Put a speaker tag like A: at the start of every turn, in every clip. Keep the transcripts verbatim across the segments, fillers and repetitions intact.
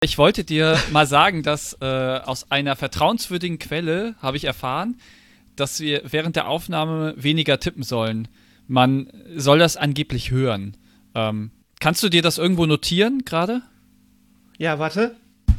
A: Ich wollte dir mal sagen, dass äh, aus einer vertrauenswürdigen Quelle habe ich erfahren, dass wir während der Aufnahme weniger tippen sollen. Man soll das angeblich hören. Ähm, kannst du dir das irgendwo notieren gerade?
B: Ja, warte.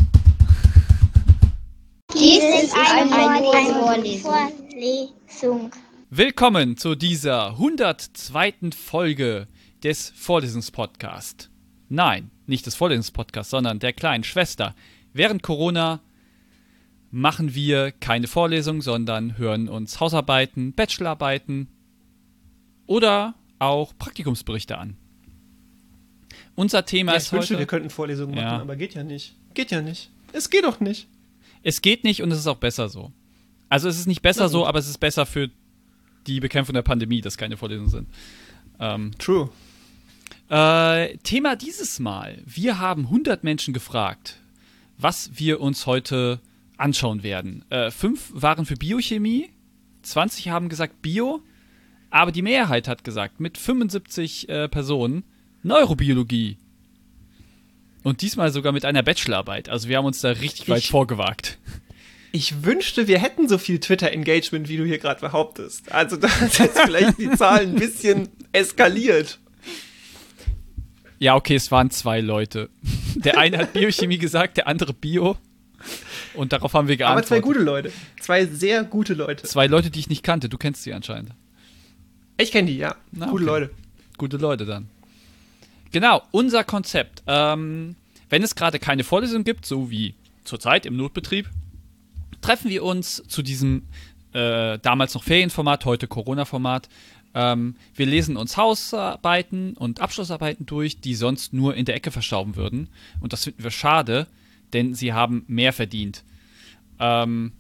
C: Dies ist eine Vorlesung.
A: Willkommen zu dieser hundertzweiten Folge des Vorlesungspodcasts. Nein, nicht des Vorlesungspodcasts, sondern der kleinen Schwester. Während Corona machen wir keine Vorlesung, sondern hören uns Hausarbeiten, Bachelorarbeiten oder auch Praktikumsberichte an. Unser Thema
B: Ja,
A: ist
B: ich wünschte,
A: heute...
B: wir könnten Vorlesungen machen,
A: Ja.
B: aber geht ja nicht. Geht ja nicht. Es geht doch nicht.
A: Es geht nicht und es ist auch besser so. Also es ist nicht besser
B: Na
A: so,
B: gut.
A: aber es ist besser für die Bekämpfung der Pandemie, dass keine Vorlesungen sind. Ähm,
B: True.
A: Äh, Thema dieses Mal. Wir haben hundert Menschen gefragt, was wir uns heute anschauen werden. Äh, fünf waren für Biochemie, zwanzig haben gesagt Bio, aber die Mehrheit hat gesagt, mit fünfundsiebzig äh, Personen, Neurobiologie. Und diesmal sogar mit einer Bachelorarbeit. Also wir haben uns da richtig weit
B: Ich-
A: vorgewagt.
B: Ich wünschte, wir hätten so viel Twitter-Engagement, wie du hier gerade behauptest. Also da ist jetzt vielleicht die Zahl ein bisschen eskaliert.
A: Ja, okay, es waren zwei Leute. Der eine hat Biochemie gesagt, der andere Bio. Und darauf haben wir
B: Aber
A: geantwortet.
B: zwei gute Leute. Zwei sehr gute Leute.
A: Zwei Leute, die ich nicht kannte. Du kennst sie anscheinend.
B: Ich kenne die, ja.
A: Na,
B: Gute
A: okay.
B: Leute.
A: Gute Leute dann. Genau, unser Konzept. Ähm, wenn es gerade keine Vorlesung gibt, so wie zurzeit im Notbetrieb, treffen wir uns zu diesem äh, damals noch Ferienformat, heute Corona-Format. Ähm, wir lesen uns Hausarbeiten und Abschlussarbeiten durch, die sonst nur in der Ecke verstauben würden. Und das finden wir schade, denn sie haben mehr verdient. Ähm,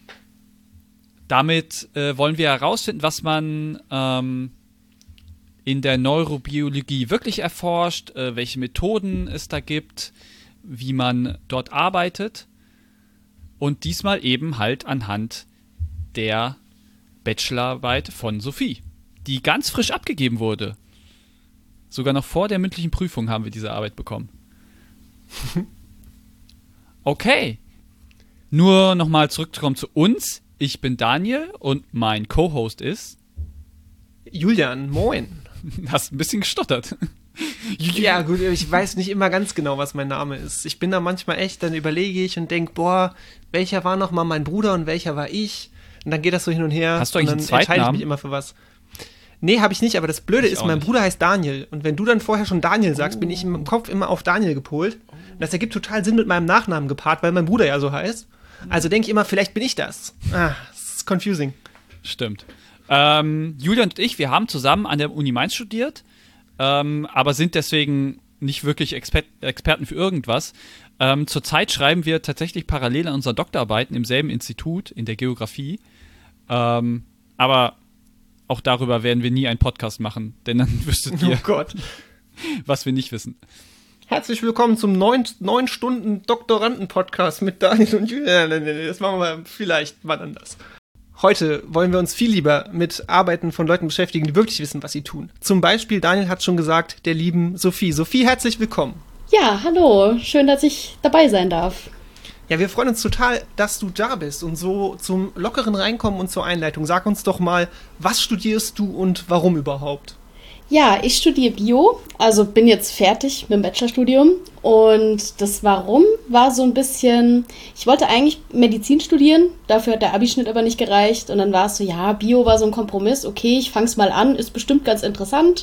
A: damit äh, wollen wir herausfinden, was man ähm, in der Neurobiologie wirklich erforscht, äh, welche Methoden es da gibt, wie man dort arbeitet. Und diesmal eben halt anhand der Bachelorarbeit von Sophie, die ganz frisch abgegeben wurde. Sogar noch vor der mündlichen Prüfung haben wir diese Arbeit bekommen. Okay. Nur nochmal zurückzukommen zu uns. Ich bin Daniel und mein Co-Host ist...
B: Julian, moin.
A: Hast ein bisschen gestottert.
B: Ja, gut, ich weiß nicht immer ganz genau, was mein Name ist. Ich bin da manchmal echt, dann überlege ich und denke, boah, welcher war noch mal mein Bruder und welcher war ich? Und dann geht das so hin und her.
A: Hast du eigentlich
B: und dann
A: einen zweiten
B: entscheide ich
A: Namen?
B: mich immer für was. Nee, habe ich nicht, aber das Blöde
A: Ich
B: ist,
A: auch
B: mein
A: nicht.
B: Bruder heißt Daniel. Und wenn du dann vorher schon Daniel sagst, bin ich im Kopf immer auf Daniel gepolt. Und das ergibt total Sinn mit meinem Nachnamen gepaart, weil mein Bruder ja so heißt. Also denke ich immer, vielleicht bin ich das. Ah, das ist confusing.
A: Stimmt. Ähm, Julian und ich, wir haben zusammen an der Uni Mainz studiert, ähm, aber sind deswegen nicht wirklich Exper- Experten für irgendwas. Ähm, zurzeit schreiben wir tatsächlich parallel an unseren Doktorarbeiten im selben Institut, in der Geografie. Ähm, aber auch darüber werden wir nie einen Podcast machen, denn dann wüsstet
B: Oh
A: ihr,
B: Gott.
A: was wir nicht wissen.
B: Herzlich willkommen zum neun, neun Stunden Doktoranden-Podcast mit Daniel und Julian. Nee, nee, nee, das machen wir vielleicht mal anders. Heute wollen wir uns viel lieber mit Arbeiten von Leuten beschäftigen, die wirklich wissen, was sie tun. Zum Beispiel, Daniel hat schon gesagt, der lieben Sophie. Sophie, herzlich willkommen.
D: Ja, hallo. Schön, dass ich dabei sein darf.
B: Ja, wir freuen uns total, dass du da bist und so zum lockeren Reinkommen und zur Einleitung. Sag uns doch mal, was studierst du und warum überhaupt?
D: Ja, ich studiere Bio, also bin jetzt fertig mit dem Bachelorstudium. Und das Warum war so ein bisschen, ich wollte eigentlich Medizin studieren, dafür hat der Abischnitt aber nicht gereicht. Und dann war es so, ja, Bio war so ein Kompromiss, okay, ich fang's mal an, ist bestimmt ganz interessant.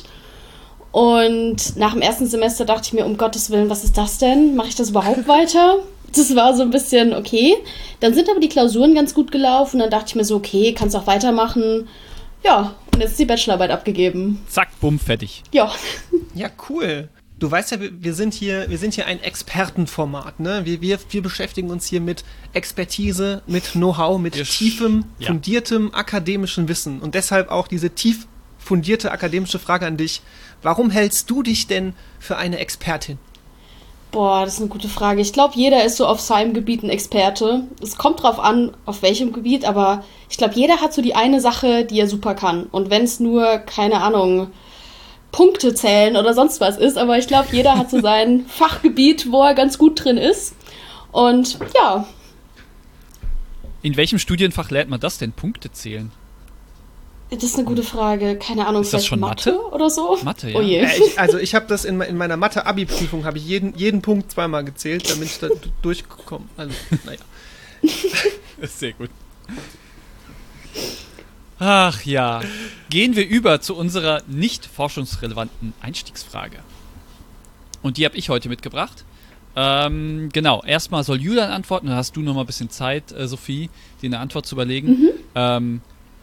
D: Und nach dem ersten Semester dachte ich mir, um Gottes Willen, was ist das denn? Mache ich das überhaupt weiter? Das war so ein bisschen okay. Dann sind aber die Klausuren ganz gut gelaufen. Dann dachte ich mir so, okay, kannst auch weitermachen. Ja, und jetzt ist die Bachelorarbeit abgegeben.
A: Zack, bumm, fertig.
D: Ja,
B: Ja, cool. Du weißt ja, wir wir sind hier, wir sind hier ein Expertenformat, ne? Wir, wir, wir beschäftigen uns hier mit Expertise, mit Know-how, mit
A: Wir sch-
B: tiefem,
A: ja.
B: fundiertem akademischen Wissen. Und deshalb auch diese tief fundierte akademische Frage an dich. Warum hältst du dich denn für eine Expertin?
D: boah, das ist eine gute Frage. Ich glaube, jeder ist so auf seinem Gebiet ein Experte. Es kommt drauf an, auf welchem Gebiet, aber ich glaube, jeder hat so die eine Sache, die er super kann. Und wenn es nur, keine Ahnung, Punkte zählen oder sonst was ist, aber ich glaube, jeder hat so sein Fachgebiet, wo er ganz gut drin ist. Und ja.
A: In welchem Studienfach lernt man das denn? Punkte zählen?
D: Das ist eine gute Frage. Keine Ahnung,
A: ist das schon Mathe?
D: Mathe oder so?
A: Mathe, ja.
D: Oh je.
B: Äh, ich, also ich habe das in, in meiner Mathe-Abi-Prüfung, habe ich jeden, jeden Punkt zweimal gezählt, damit ich da durchkomme. Also, naja.
A: Sehr gut. Ach ja. Gehen wir über zu unserer nicht forschungsrelevanten Einstiegsfrage. Und die habe ich heute mitgebracht. Ähm, genau, erstmal soll Julian antworten, dann hast du noch mal ein bisschen Zeit, äh, Sophie, dir eine Antwort zu überlegen.
D: Mhm.
A: Ähm,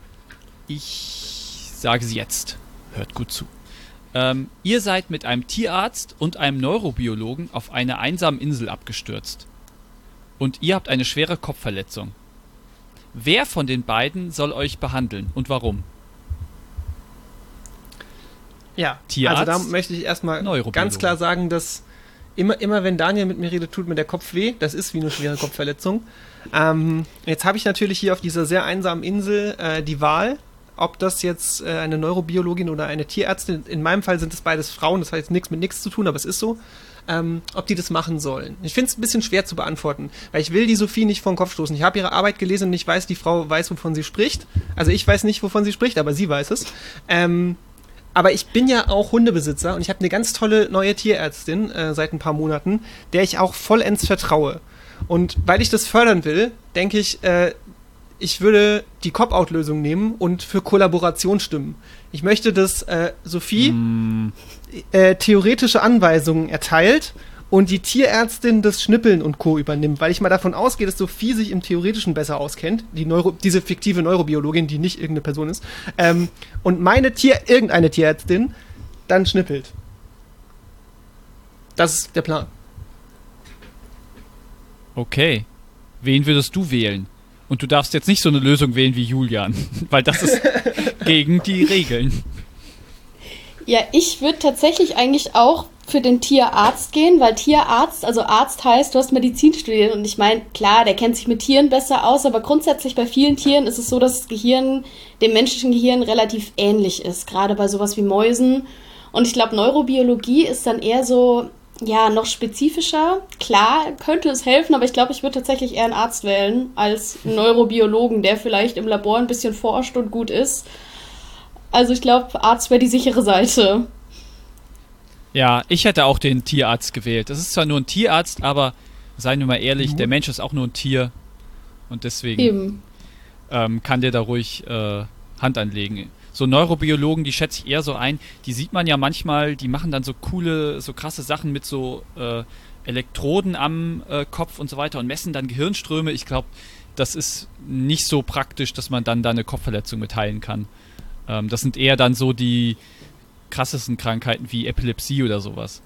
A: ich sage sie jetzt. Hört gut zu. Ähm, ihr seid mit einem Tierarzt und einem Neurobiologen auf einer einsamen Insel abgestürzt. Und ihr habt eine schwere Kopfverletzung. Wer von den beiden soll euch behandeln und warum?
B: Ja,
A: Tierarzt,
B: also da möchte ich erstmal
A: Neurobiologe.
B: ganz klar sagen, dass immer, immer wenn Daniel mit mir redet, tut mir der Kopf weh. Das ist wie eine schwere Kopfverletzung. Ähm, jetzt habe ich natürlich hier auf dieser sehr einsamen Insel äh, die Wahl, ob das jetzt äh, eine Neurobiologin oder eine Tierärztin, in meinem Fall sind es beides Frauen, das hat jetzt nichts mit nichts zu tun, aber es ist so, ähm, ob die das machen sollen. Ich finde es ein bisschen schwer zu beantworten, weil ich will die Sophie nicht vor den Kopf stoßen. Ich habe ihre Arbeit gelesen und ich weiß, die Frau weiß, wovon sie spricht. Also ich weiß nicht, wovon sie spricht, aber sie weiß es. Ähm, aber ich bin ja auch Hundebesitzer und ich habe eine ganz tolle neue Tierärztin äh, seit ein paar Monaten, der ich auch vollends vertraue. Und weil ich das fördern will, denke ich, äh, ich würde die Cop-Out-Lösung nehmen und für Kollaboration stimmen. Ich möchte, dass äh, Sophie mm. äh, theoretische Anweisungen erteilt und die Tierärztin das Schnippeln und Co. übernimmt, weil ich mal davon ausgehe, dass Sophie sich im Theoretischen besser auskennt, die Neuro- diese fiktive Neurobiologin, die nicht irgendeine Person ist, ähm, und meine Tier, irgendeine Tierärztin dann schnippelt. Das ist der Plan.
A: Okay. Wen würdest du wählen? Und du darfst jetzt nicht so eine Lösung wählen wie Julian, weil das ist gegen die Regeln.
D: Ja, ich würde tatsächlich eigentlich auch für den Tierarzt gehen, weil Tierarzt, also Arzt heißt, du hast Medizin studiert und ich meine, klar, der kennt sich mit Tieren besser aus, aber grundsätzlich bei vielen Tieren ist es so, dass das Gehirn dem menschlichen Gehirn relativ ähnlich ist, gerade bei sowas wie Mäusen. Und ich glaube, Neurobiologie ist dann eher so, ja, noch spezifischer. Klar, könnte es helfen, aber ich glaube, ich würde tatsächlich eher einen Arzt wählen als einen Neurobiologen, der vielleicht im Labor ein bisschen forscht und gut ist. Also ich glaube, Arzt wäre die sichere Seite.
A: Ja, ich hätte auch den Tierarzt gewählt. Das ist zwar nur ein Tierarzt, aber seien wir mal ehrlich, mhm. der Mensch ist auch nur ein Tier. Und deswegen ähm, kann der da ruhig äh, Hand anlegen. So Neurobiologen, die schätze ich eher so ein, die sieht man ja manchmal, die machen dann so coole, so krasse Sachen mit so äh, Elektroden am äh, Kopf und so weiter und messen dann Gehirnströme. Ich glaube, das ist nicht so praktisch, dass man dann da eine Kopfverletzung mit heilen kann. Ähm, das sind eher dann so die krassesten Krankheiten wie Epilepsie oder sowas,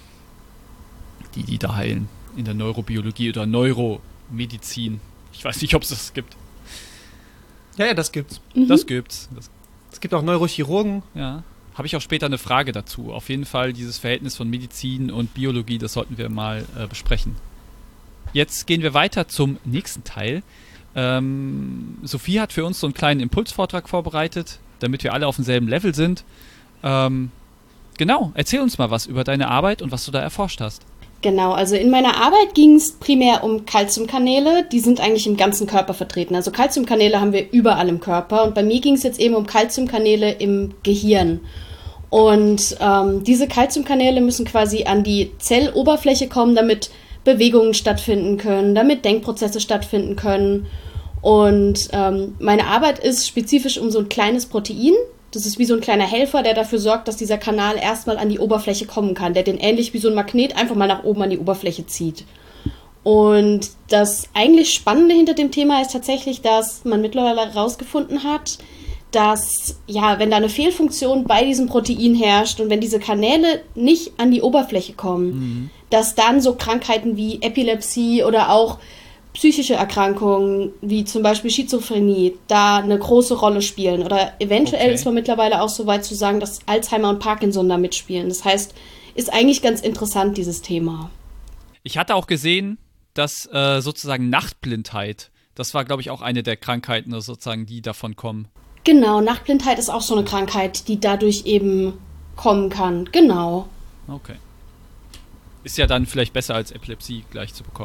A: die die da heilen in der Neurobiologie oder Neuromedizin. Ich weiß nicht, ob es das gibt.
B: Ja, ja, das gibt's.
A: Mhm. Das gibt's. Das
B: Es gibt auch Neurochirurgen.
A: Ja, habe ich auch später eine Frage dazu. Auf jeden Fall dieses Verhältnis von Medizin und Biologie, das sollten wir mal äh, besprechen. Jetzt gehen wir weiter zum nächsten Teil. Ähm, Sophie hat für uns so einen kleinen Impulsvortrag vorbereitet, damit wir alle auf demselben Level sind. Ähm, genau, erzähl uns mal was über deine Arbeit und was du da erforscht hast.
D: Genau, also in meiner Arbeit ging es primär um Calciumkanäle, die sind eigentlich im ganzen Körper vertreten. Also Calciumkanäle haben wir überall im Körper und bei mir ging es jetzt eben um Calciumkanäle im Gehirn. Und ähm, diese Calciumkanäle müssen quasi an die Zelloberfläche kommen, damit Bewegungen stattfinden können, damit Denkprozesse stattfinden können. Und ähm, meine Arbeit ist spezifisch um so ein kleines Protein. Das ist wie so ein kleiner Helfer, der dafür sorgt, dass dieser Kanal erstmal an die Oberfläche kommen kann, der den ähnlich wie so ein Magnet einfach mal nach oben an die Oberfläche zieht. Und das eigentlich Spannende hinter dem Thema ist tatsächlich, dass man mittlerweile herausgefunden hat, dass, ja, wenn da eine Fehlfunktion bei diesem Protein herrscht und wenn diese Kanäle nicht an die Oberfläche kommen, mhm. dass dann so Krankheiten wie Epilepsie oder auch psychische Erkrankungen, wie zum Beispiel Schizophrenie, da eine große Rolle spielen. Oder eventuell okay. ist man mittlerweile auch so weit zu sagen, dass Alzheimer und Parkinson da mitspielen. Das heißt, ist eigentlich ganz interessant, dieses Thema.
A: Ich hatte auch gesehen, dass äh, sozusagen Nachtblindheit, das war, glaube ich, auch eine der Krankheiten, sozusagen, die davon kommen.
D: Genau, Nachtblindheit ist auch so eine Krankheit, die dadurch eben kommen kann. Genau.
A: Okay. Ist ja dann vielleicht besser als Epilepsie gleich zu bekommen.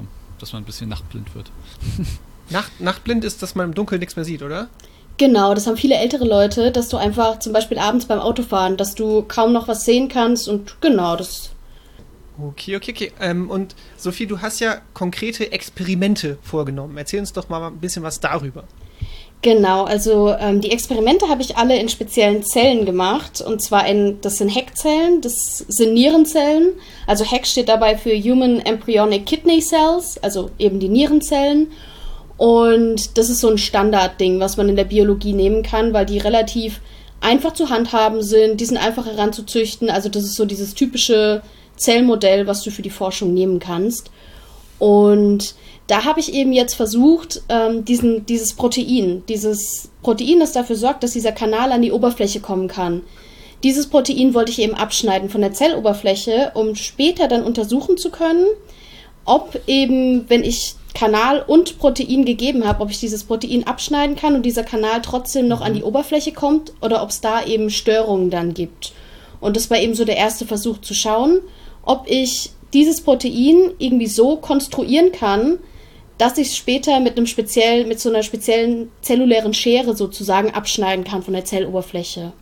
A: dass man ein bisschen nachtblind wird.
B: Nacht, nachtblind ist, dass man im Dunkeln nichts mehr sieht, oder?
D: Genau, das haben viele ältere Leute, dass du einfach zum Beispiel abends beim Autofahren, dass du kaum noch was sehen kannst und genau, das...
B: Okay, okay, okay. Ähm, und Sophie, du hast ja konkrete Experimente vorgenommen. Erzähl uns doch mal ein bisschen was darüber.
D: Genau, also ähm, die Experimente habe ich alle in speziellen Zellen gemacht. Und zwar in, das sind Heck-Zellen, das sind Nierenzellen. Also Heck steht dabei für Human Embryonic Kidney Cells, also eben die Nierenzellen. Und das ist so ein Standardding, was man in der Biologie nehmen kann, weil die relativ einfach zu handhaben sind, die sind einfach heranzuzüchten. Also das ist so dieses typische Zellmodell, was du für die Forschung nehmen kannst. Und da habe ich eben jetzt versucht, ähm, diesen, dieses Protein, dieses Protein, das dafür sorgt, dass dieser Kanal an die Oberfläche kommen kann. Dieses Protein wollte ich eben abschneiden von der Zelloberfläche, um später dann untersuchen zu können, ob eben, wenn ich Kanal und Protein gegeben habe, ob ich dieses Protein abschneiden kann und dieser Kanal trotzdem noch an die Oberfläche kommt oder ob es da eben Störungen dann gibt. Und das war eben so der erste Versuch zu schauen, ob ich dieses Protein irgendwie so konstruieren kann, dass ich es später mit einem speziell, mit so einer speziellen zellulären Schere sozusagen abschneiden kann von der Zelloberfläche.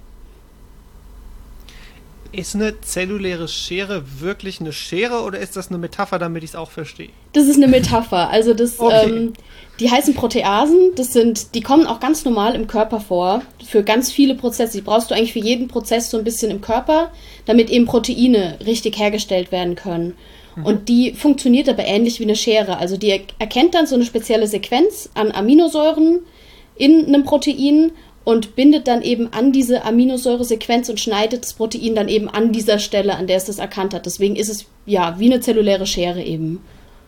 B: Ist eine zelluläre Schere wirklich eine Schere oder ist das eine Metapher, damit ich es auch verstehe?
D: Das ist eine Metapher. Also das,
B: okay.
D: ähm, die heißen Proteasen. Das sind, die kommen auch ganz normal im Körper vor. Für ganz viele Prozesse. Die brauchst du eigentlich für jeden Prozess so ein bisschen im Körper, damit eben Proteine richtig hergestellt werden können. Mhm. Und die funktioniert aber ähnlich wie eine Schere. Also die er- erkennt dann so eine spezielle Sequenz an Aminosäuren in einem Protein und bindet dann eben an diese Aminosäuresequenz und schneidet das Protein dann eben an dieser Stelle, an der es das erkannt hat. Deswegen ist es ja wie eine zelluläre Schere eben.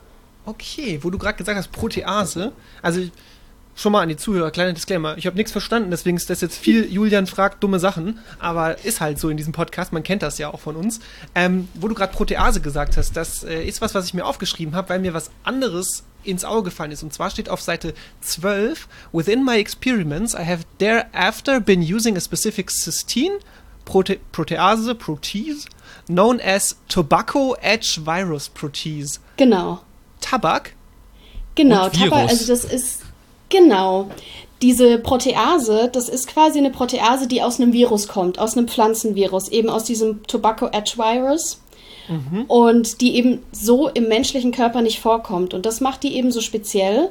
B: Okay, wo du gerade gesagt hast, Protease, also schon mal an die Zuhörer, kleiner Disclaimer, ich habe nichts verstanden, deswegen ist das jetzt viel Julian fragt dumme Sachen, aber ist halt so in diesem Podcast, man kennt das ja auch von uns. Ähm, wo du gerade Protease gesagt hast, das äh, ist was, was ich mir aufgeschrieben habe, weil mir was anderes ins Auge gefallen ist. Und zwar steht auf Seite zwölf, within my experiments, I have thereafter been using a specific cysteine prote- protease, protease, known as tobacco edge virus protease.
D: Genau.
B: Tabak?
D: Genau,
A: Und Virus.
D: Tabak, also das ist, genau, diese Protease, das ist quasi eine Protease, die aus einem Virus kommt, aus einem Pflanzenvirus, eben aus diesem Tobacco edge virus. Mhm. Und die eben so im menschlichen Körper nicht vorkommt. Und das macht die eben so speziell,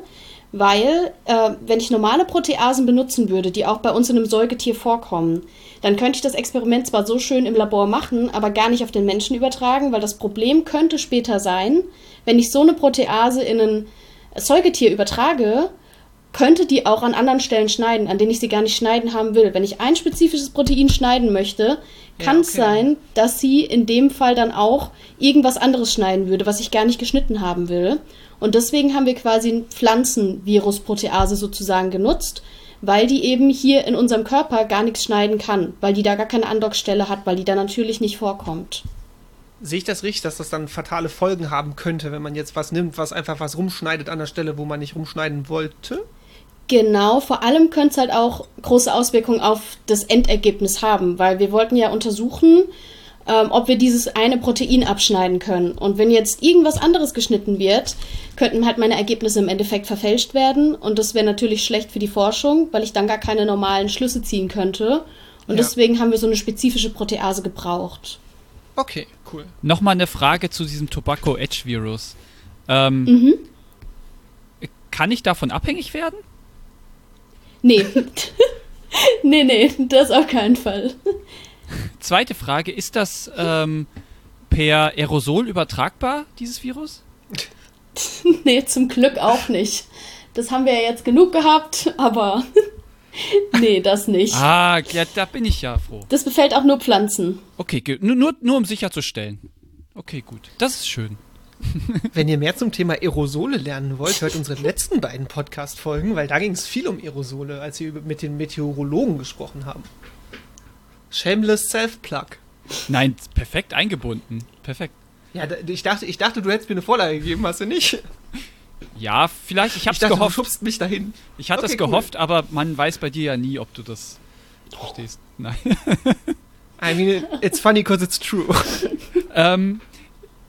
D: weil äh, wenn ich normale Proteasen benutzen würde, die auch bei uns in einem Säugetier vorkommen, dann könnte ich das Experiment zwar so schön im Labor machen, aber gar nicht auf den Menschen übertragen, weil das Problem könnte später sein, wenn ich so eine Protease in ein Säugetier übertrage, könnte die auch an anderen Stellen schneiden, an denen ich sie gar nicht schneiden haben will. Wenn ich ein spezifisches Protein schneiden möchte, kann
B: ja,
D: es
B: okay.
D: sein, dass sie in dem Fall dann auch irgendwas anderes schneiden würde, was ich gar nicht geschnitten haben will. Und deswegen haben wir quasi ein Pflanzenvirus-Protease sozusagen genutzt, weil die eben hier in unserem Körper gar nichts schneiden kann, weil die da gar keine Andockstelle hat, weil die da natürlich nicht vorkommt.
B: Sehe ich das richtig, dass das dann fatale Folgen haben könnte, wenn man jetzt was nimmt, was einfach was rumschneidet an der Stelle, wo man nicht rumschneiden wollte?
D: Genau, vor allem könnte es halt auch große Auswirkungen auf das Endergebnis haben, weil wir wollten ja untersuchen, ähm, ob wir dieses eine Protein abschneiden können. Und wenn jetzt irgendwas anderes geschnitten wird, könnten halt meine Ergebnisse im Endeffekt verfälscht werden. Und das wäre natürlich schlecht für die Forschung, weil ich dann gar keine normalen Schlüsse ziehen könnte. Und
B: Ja.
D: deswegen haben wir so eine spezifische Protease gebraucht.
B: Okay, cool.
A: Nochmal eine Frage zu diesem Tobacco Edge Virus. Ähm,
D: Mhm.
A: Kann ich davon abhängig werden?
D: Nee. nee, nee, das auf keinen Fall.
A: Zweite Frage, ist das ähm, per Aerosol übertragbar, dieses Virus?
D: Nee, zum Glück auch nicht. Das haben wir ja jetzt genug gehabt, aber nee, das nicht.
A: Ah, ja, da bin ich ja froh.
D: Das befällt auch nur Pflanzen.
A: Okay, ge- nur, nur, nur um sicherzustellen. Okay, gut. Das ist schön.
B: Wenn ihr mehr zum Thema Aerosole lernen wollt, hört unsere letzten beiden Podcast-Folgen, weil da ging es viel um Aerosole, als wir über- mit den Meteorologen gesprochen haben. Shameless Self-Plug.
A: Nein, perfekt eingebunden. Perfekt.
B: Ja, da, ich dachte, ich dachte, du hättest mir eine Vorlage gegeben, hast du nicht?
A: Ja, vielleicht, ich hab's
B: Ich dachte,
A: gehofft.
B: du schubst mich dahin.
A: Ich hatte
B: Okay,
A: es gehofft, aber man weiß bei dir ja nie, ob du das verstehst. Nein.
B: I mean, it's funny because it's true.
A: ähm,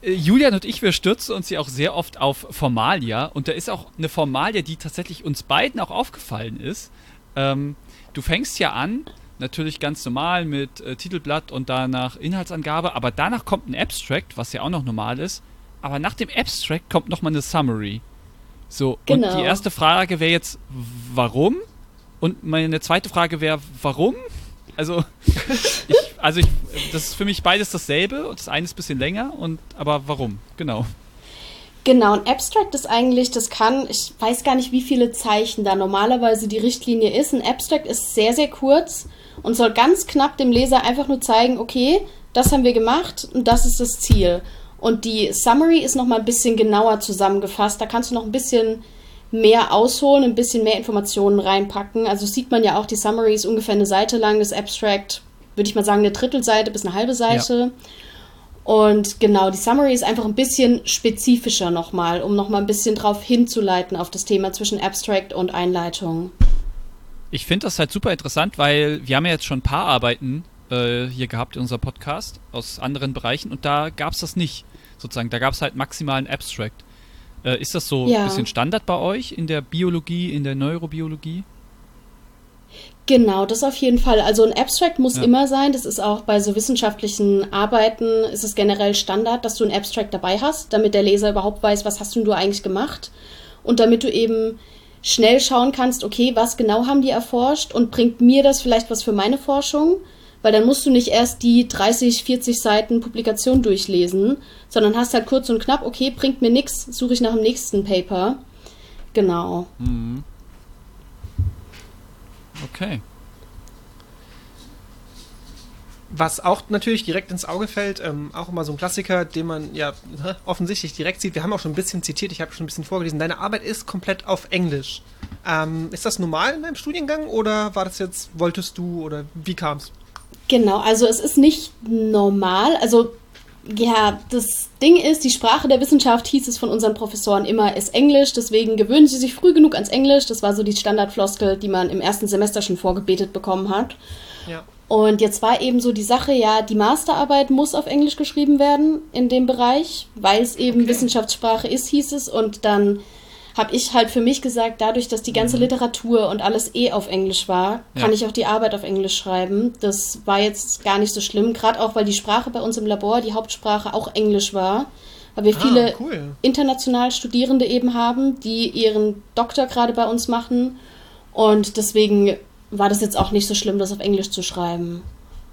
A: Julian und ich, wir stürzen uns ja auch sehr oft auf Formalia. Und da ist auch eine Formalie, die tatsächlich uns beiden auch aufgefallen ist. Ähm, du fängst ja an, natürlich ganz normal mit äh, Titelblatt und danach Inhaltsangabe, aber danach kommt ein Abstract, was ja auch noch normal ist. Aber nach dem Abstract kommt nochmal eine Summary. So,
D: Genau.
A: Und die erste Frage wäre jetzt, warum? Und meine zweite Frage wäre, warum? Also, ich, also ich, das ist für mich beides dasselbe und das eine ist ein bisschen länger, und aber warum? Genau.
D: Genau, ein Abstract ist eigentlich, das kann, ich weiß gar nicht, wie viele Zeichen da normalerweise die Richtlinie ist. Ein Abstract ist sehr, sehr kurz und soll ganz knapp dem Leser einfach nur zeigen, okay, das haben wir gemacht und das ist das Ziel. Und die Summary ist nochmal ein bisschen genauer zusammengefasst. Da kannst du noch ein bisschen mehr ausholen, ein bisschen mehr Informationen reinpacken. Also sieht man ja auch, die Summary ist ungefähr eine Seite lang, das Abstract, würde ich mal sagen, eine Drittelseite bis eine halbe Seite. Ja. Und genau, die Summary ist einfach ein bisschen spezifischer nochmal, um nochmal ein bisschen drauf hinzuleiten auf das Thema zwischen Abstract und Einleitung.
A: Ich finde das halt super interessant, weil wir haben ja jetzt schon ein paar Arbeiten äh, hier gehabt in unserem Podcast aus anderen Bereichen und da gab es das nicht, sozusagen. Da gab es halt maximal ein Abstract. Äh, ist das so
D: Ja.
A: ein bisschen Standard bei euch in der Biologie, in der Neurobiologie?
D: Genau, das auf jeden Fall. Also ein Abstract muss
A: Ja.
D: immer sein. Das ist auch bei so wissenschaftlichen Arbeiten, ist es generell Standard, dass du ein Abstract dabei hast, damit der Leser überhaupt weiß, was hast denn du eigentlich gemacht. Und damit du eben schnell schauen kannst, okay, was genau haben die erforscht und bringt mir das vielleicht was für meine Forschung? Weil dann musst du nicht erst die dreißig, vierzig Seiten Publikation durchlesen, sondern hast halt kurz und knapp, okay, bringt mir nichts, suche ich nach dem nächsten Paper. Genau.
A: Mhm. Okay.
B: Was auch natürlich direkt ins Auge fällt, ähm, auch immer so ein Klassiker, den man ja offensichtlich direkt sieht. Wir haben auch schon ein bisschen zitiert, ich habe schon ein bisschen vorgelesen. Deine Arbeit ist komplett auf Englisch. Ähm, ist das normal in deinem Studiengang oder war das jetzt, wolltest du oder wie kam es?
D: Genau, also es ist nicht normal. Also ja, das Ding ist, die Sprache der Wissenschaft, hieß es von unseren Professoren immer, ist Englisch. Deswegen gewöhnen Sie sich früh genug ans Englisch. Das war so die Standardfloskel, die man im ersten Semester schon vorgebetet bekommen hat.
B: Ja.
D: Und jetzt war eben so die Sache, ja, die Masterarbeit muss auf Englisch geschrieben werden in dem Bereich, weil es eben
B: Okay.
D: Wissenschaftssprache ist, hieß es. Und dann habe ich halt für mich gesagt, dadurch, dass die ganze Literatur und alles eh auf Englisch war, kann
A: Ja.
D: ich auch die Arbeit auf Englisch schreiben. Das war jetzt gar nicht so schlimm, gerade auch, weil die Sprache bei uns im Labor, die Hauptsprache, auch Englisch war. Weil wir
B: Ah,
D: viele
B: cool.
D: international Studierende eben haben, die ihren Doktor gerade bei uns machen. Und deswegen war das jetzt auch nicht so schlimm, das auf Englisch zu schreiben.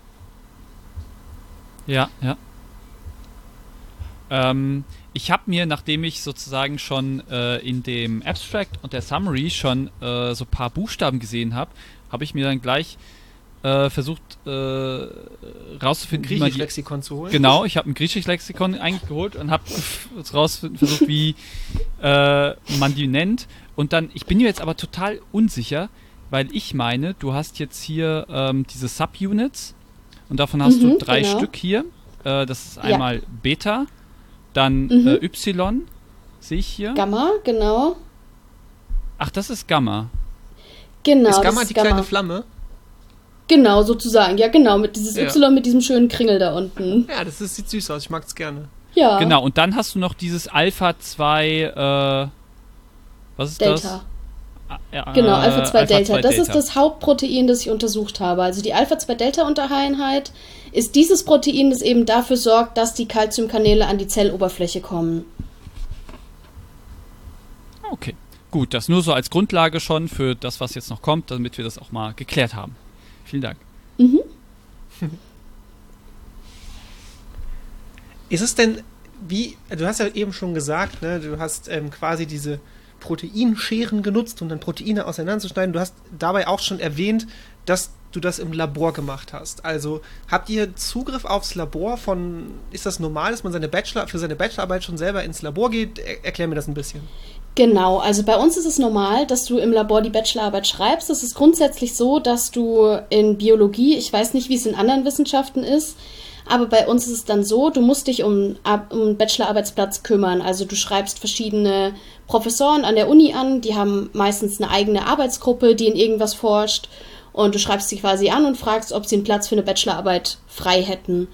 A: Ja, ja. Ähm, ich habe mir, nachdem ich sozusagen schon äh, in dem Abstract und der Summary schon äh, so ein paar Buchstaben gesehen habe, habe ich mir dann gleich äh, versucht äh, rauszufinden, wie man die,
B: Griechisch-Lexikon zu holen.
A: genau, ich habe ein Griechisch-Lexikon eigentlich geholt und habe rauszufinden versucht, wie äh, man die nennt. Und dann, ich bin mir jetzt aber total unsicher, weil ich meine, du hast jetzt hier ähm, diese Subunits und davon hast
D: Mhm,
A: du drei
D: genau.
A: Stück hier. Äh, das ist
D: Ja.
A: einmal Beta, dann
D: Mhm.
A: äh, Y, sehe ich hier.
D: Gamma, genau.
A: Ach, das ist Gamma.
D: Genau,
B: Ist
D: das
B: Gamma
D: ist
B: die
D: Gamma.
B: kleine Flamme?
D: Genau, sozusagen. Ja, genau, mit dieses
B: Ja.
D: Y mit diesem schönen Kringel da unten.
B: Ja, das ist, sieht süß aus, ich mag es gerne.
D: Ja,
A: Genau, und dann hast du noch dieses Alpha zwei, äh, was ist das?
D: Delta.
A: Ah, ja,
D: Genau,
A: äh,
D: Alpha zwei Delta. Das
A: Delta.
D: ist das Hauptprotein, das ich untersucht habe. Also die Alpha zwei Delta Untereinheit ist dieses Protein, das eben dafür sorgt, dass die Calciumkanäle an die Zelloberfläche kommen.
A: Okay, gut, das nur so als Grundlage schon für das, was jetzt noch kommt, damit wir das auch mal geklärt haben. Vielen Dank.
D: Mhm.
B: Ist es denn, wie, du hast ja eben schon gesagt, ne, du hast ähm, quasi diese Proteinscheren genutzt, um dann Proteine auseinanderzuschneiden. Du hast dabei auch schon erwähnt, dass du das im Labor gemacht hast. Also habt ihr Zugriff aufs Labor von, ist das normal, dass man seine Bachelor, für seine Bachelorarbeit schon selber ins Labor geht? Er, erklär mir das ein bisschen.
D: Genau, also bei uns ist es normal, dass du im Labor die Bachelorarbeit schreibst. Es ist grundsätzlich so, dass du in Biologie, ich weiß nicht, wie es in anderen Wissenschaften ist, aber bei uns ist es dann so, du musst dich um, um einen Bachelorarbeitsplatz kümmern. Also du schreibst verschiedene Professoren an der Uni an, die haben meistens eine eigene Arbeitsgruppe, die in irgendwas forscht. Und du schreibst sie quasi an und fragst, ob sie einen Platz für eine Bachelorarbeit frei hätten.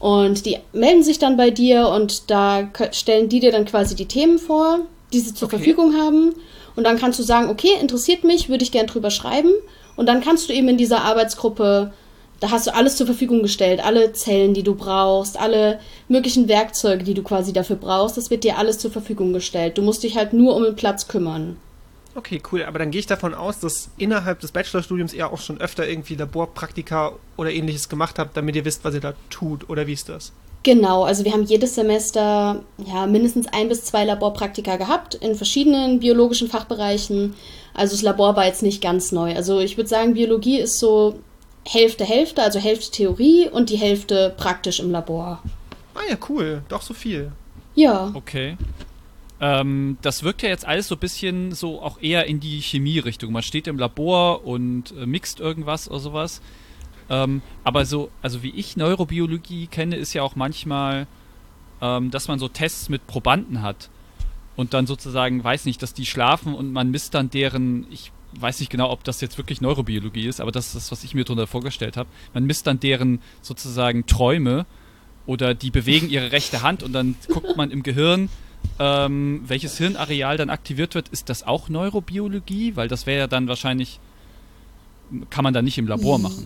D: Und die melden sich dann bei dir und da stellen die dir dann quasi die Themen vor, die sie zur
B: Okay.
D: Verfügung haben. Und dann kannst du sagen, okay, interessiert mich, würde ich gern drüber schreiben. Und dann kannst du eben in dieser Arbeitsgruppe, da hast du alles zur Verfügung gestellt, alle Zellen, die du brauchst, alle möglichen Werkzeuge, die du quasi dafür brauchst, das wird dir alles zur Verfügung gestellt. Du musst dich halt nur um den Platz kümmern.
B: Okay, cool. Aber dann gehe ich davon aus, dass innerhalb des Bachelorstudiums ihr auch schon öfter irgendwie Laborpraktika oder ähnliches gemacht habt, damit ihr wisst, was ihr da tut. Oder wie ist das?
D: Genau, also wir haben jedes Semester ja mindestens ein bis zwei Laborpraktika gehabt in verschiedenen biologischen Fachbereichen. Also das Labor war jetzt nicht ganz neu. Also ich würde sagen, Biologie ist so Hälfte, Hälfte, also Hälfte Theorie und die Hälfte praktisch im Labor.
B: Ah ja, cool. Doch so viel.
D: Ja.
A: Okay. Ähm, das wirkt ja jetzt alles so ein bisschen so auch eher in die Chemie-Richtung. Man steht im Labor und äh, mixt irgendwas oder sowas. Ähm, aber so, also wie ich Neurobiologie kenne, ist ja auch manchmal, ähm, dass man so Tests mit Probanden hat und dann sozusagen, weiß nicht, dass die schlafen und man misst dann deren, ich weiß nicht genau, ob das jetzt wirklich Neurobiologie ist, aber das ist das, was ich mir darunter vorgestellt habe. Man misst dann deren sozusagen Träume oder die bewegen ihre rechte Hand und dann guckt man im Gehirn, ähm, welches Hirnareal dann aktiviert wird. Ist das auch Neurobiologie? Weil das wäre ja dann wahrscheinlich, kann man dann nicht im Labor machen.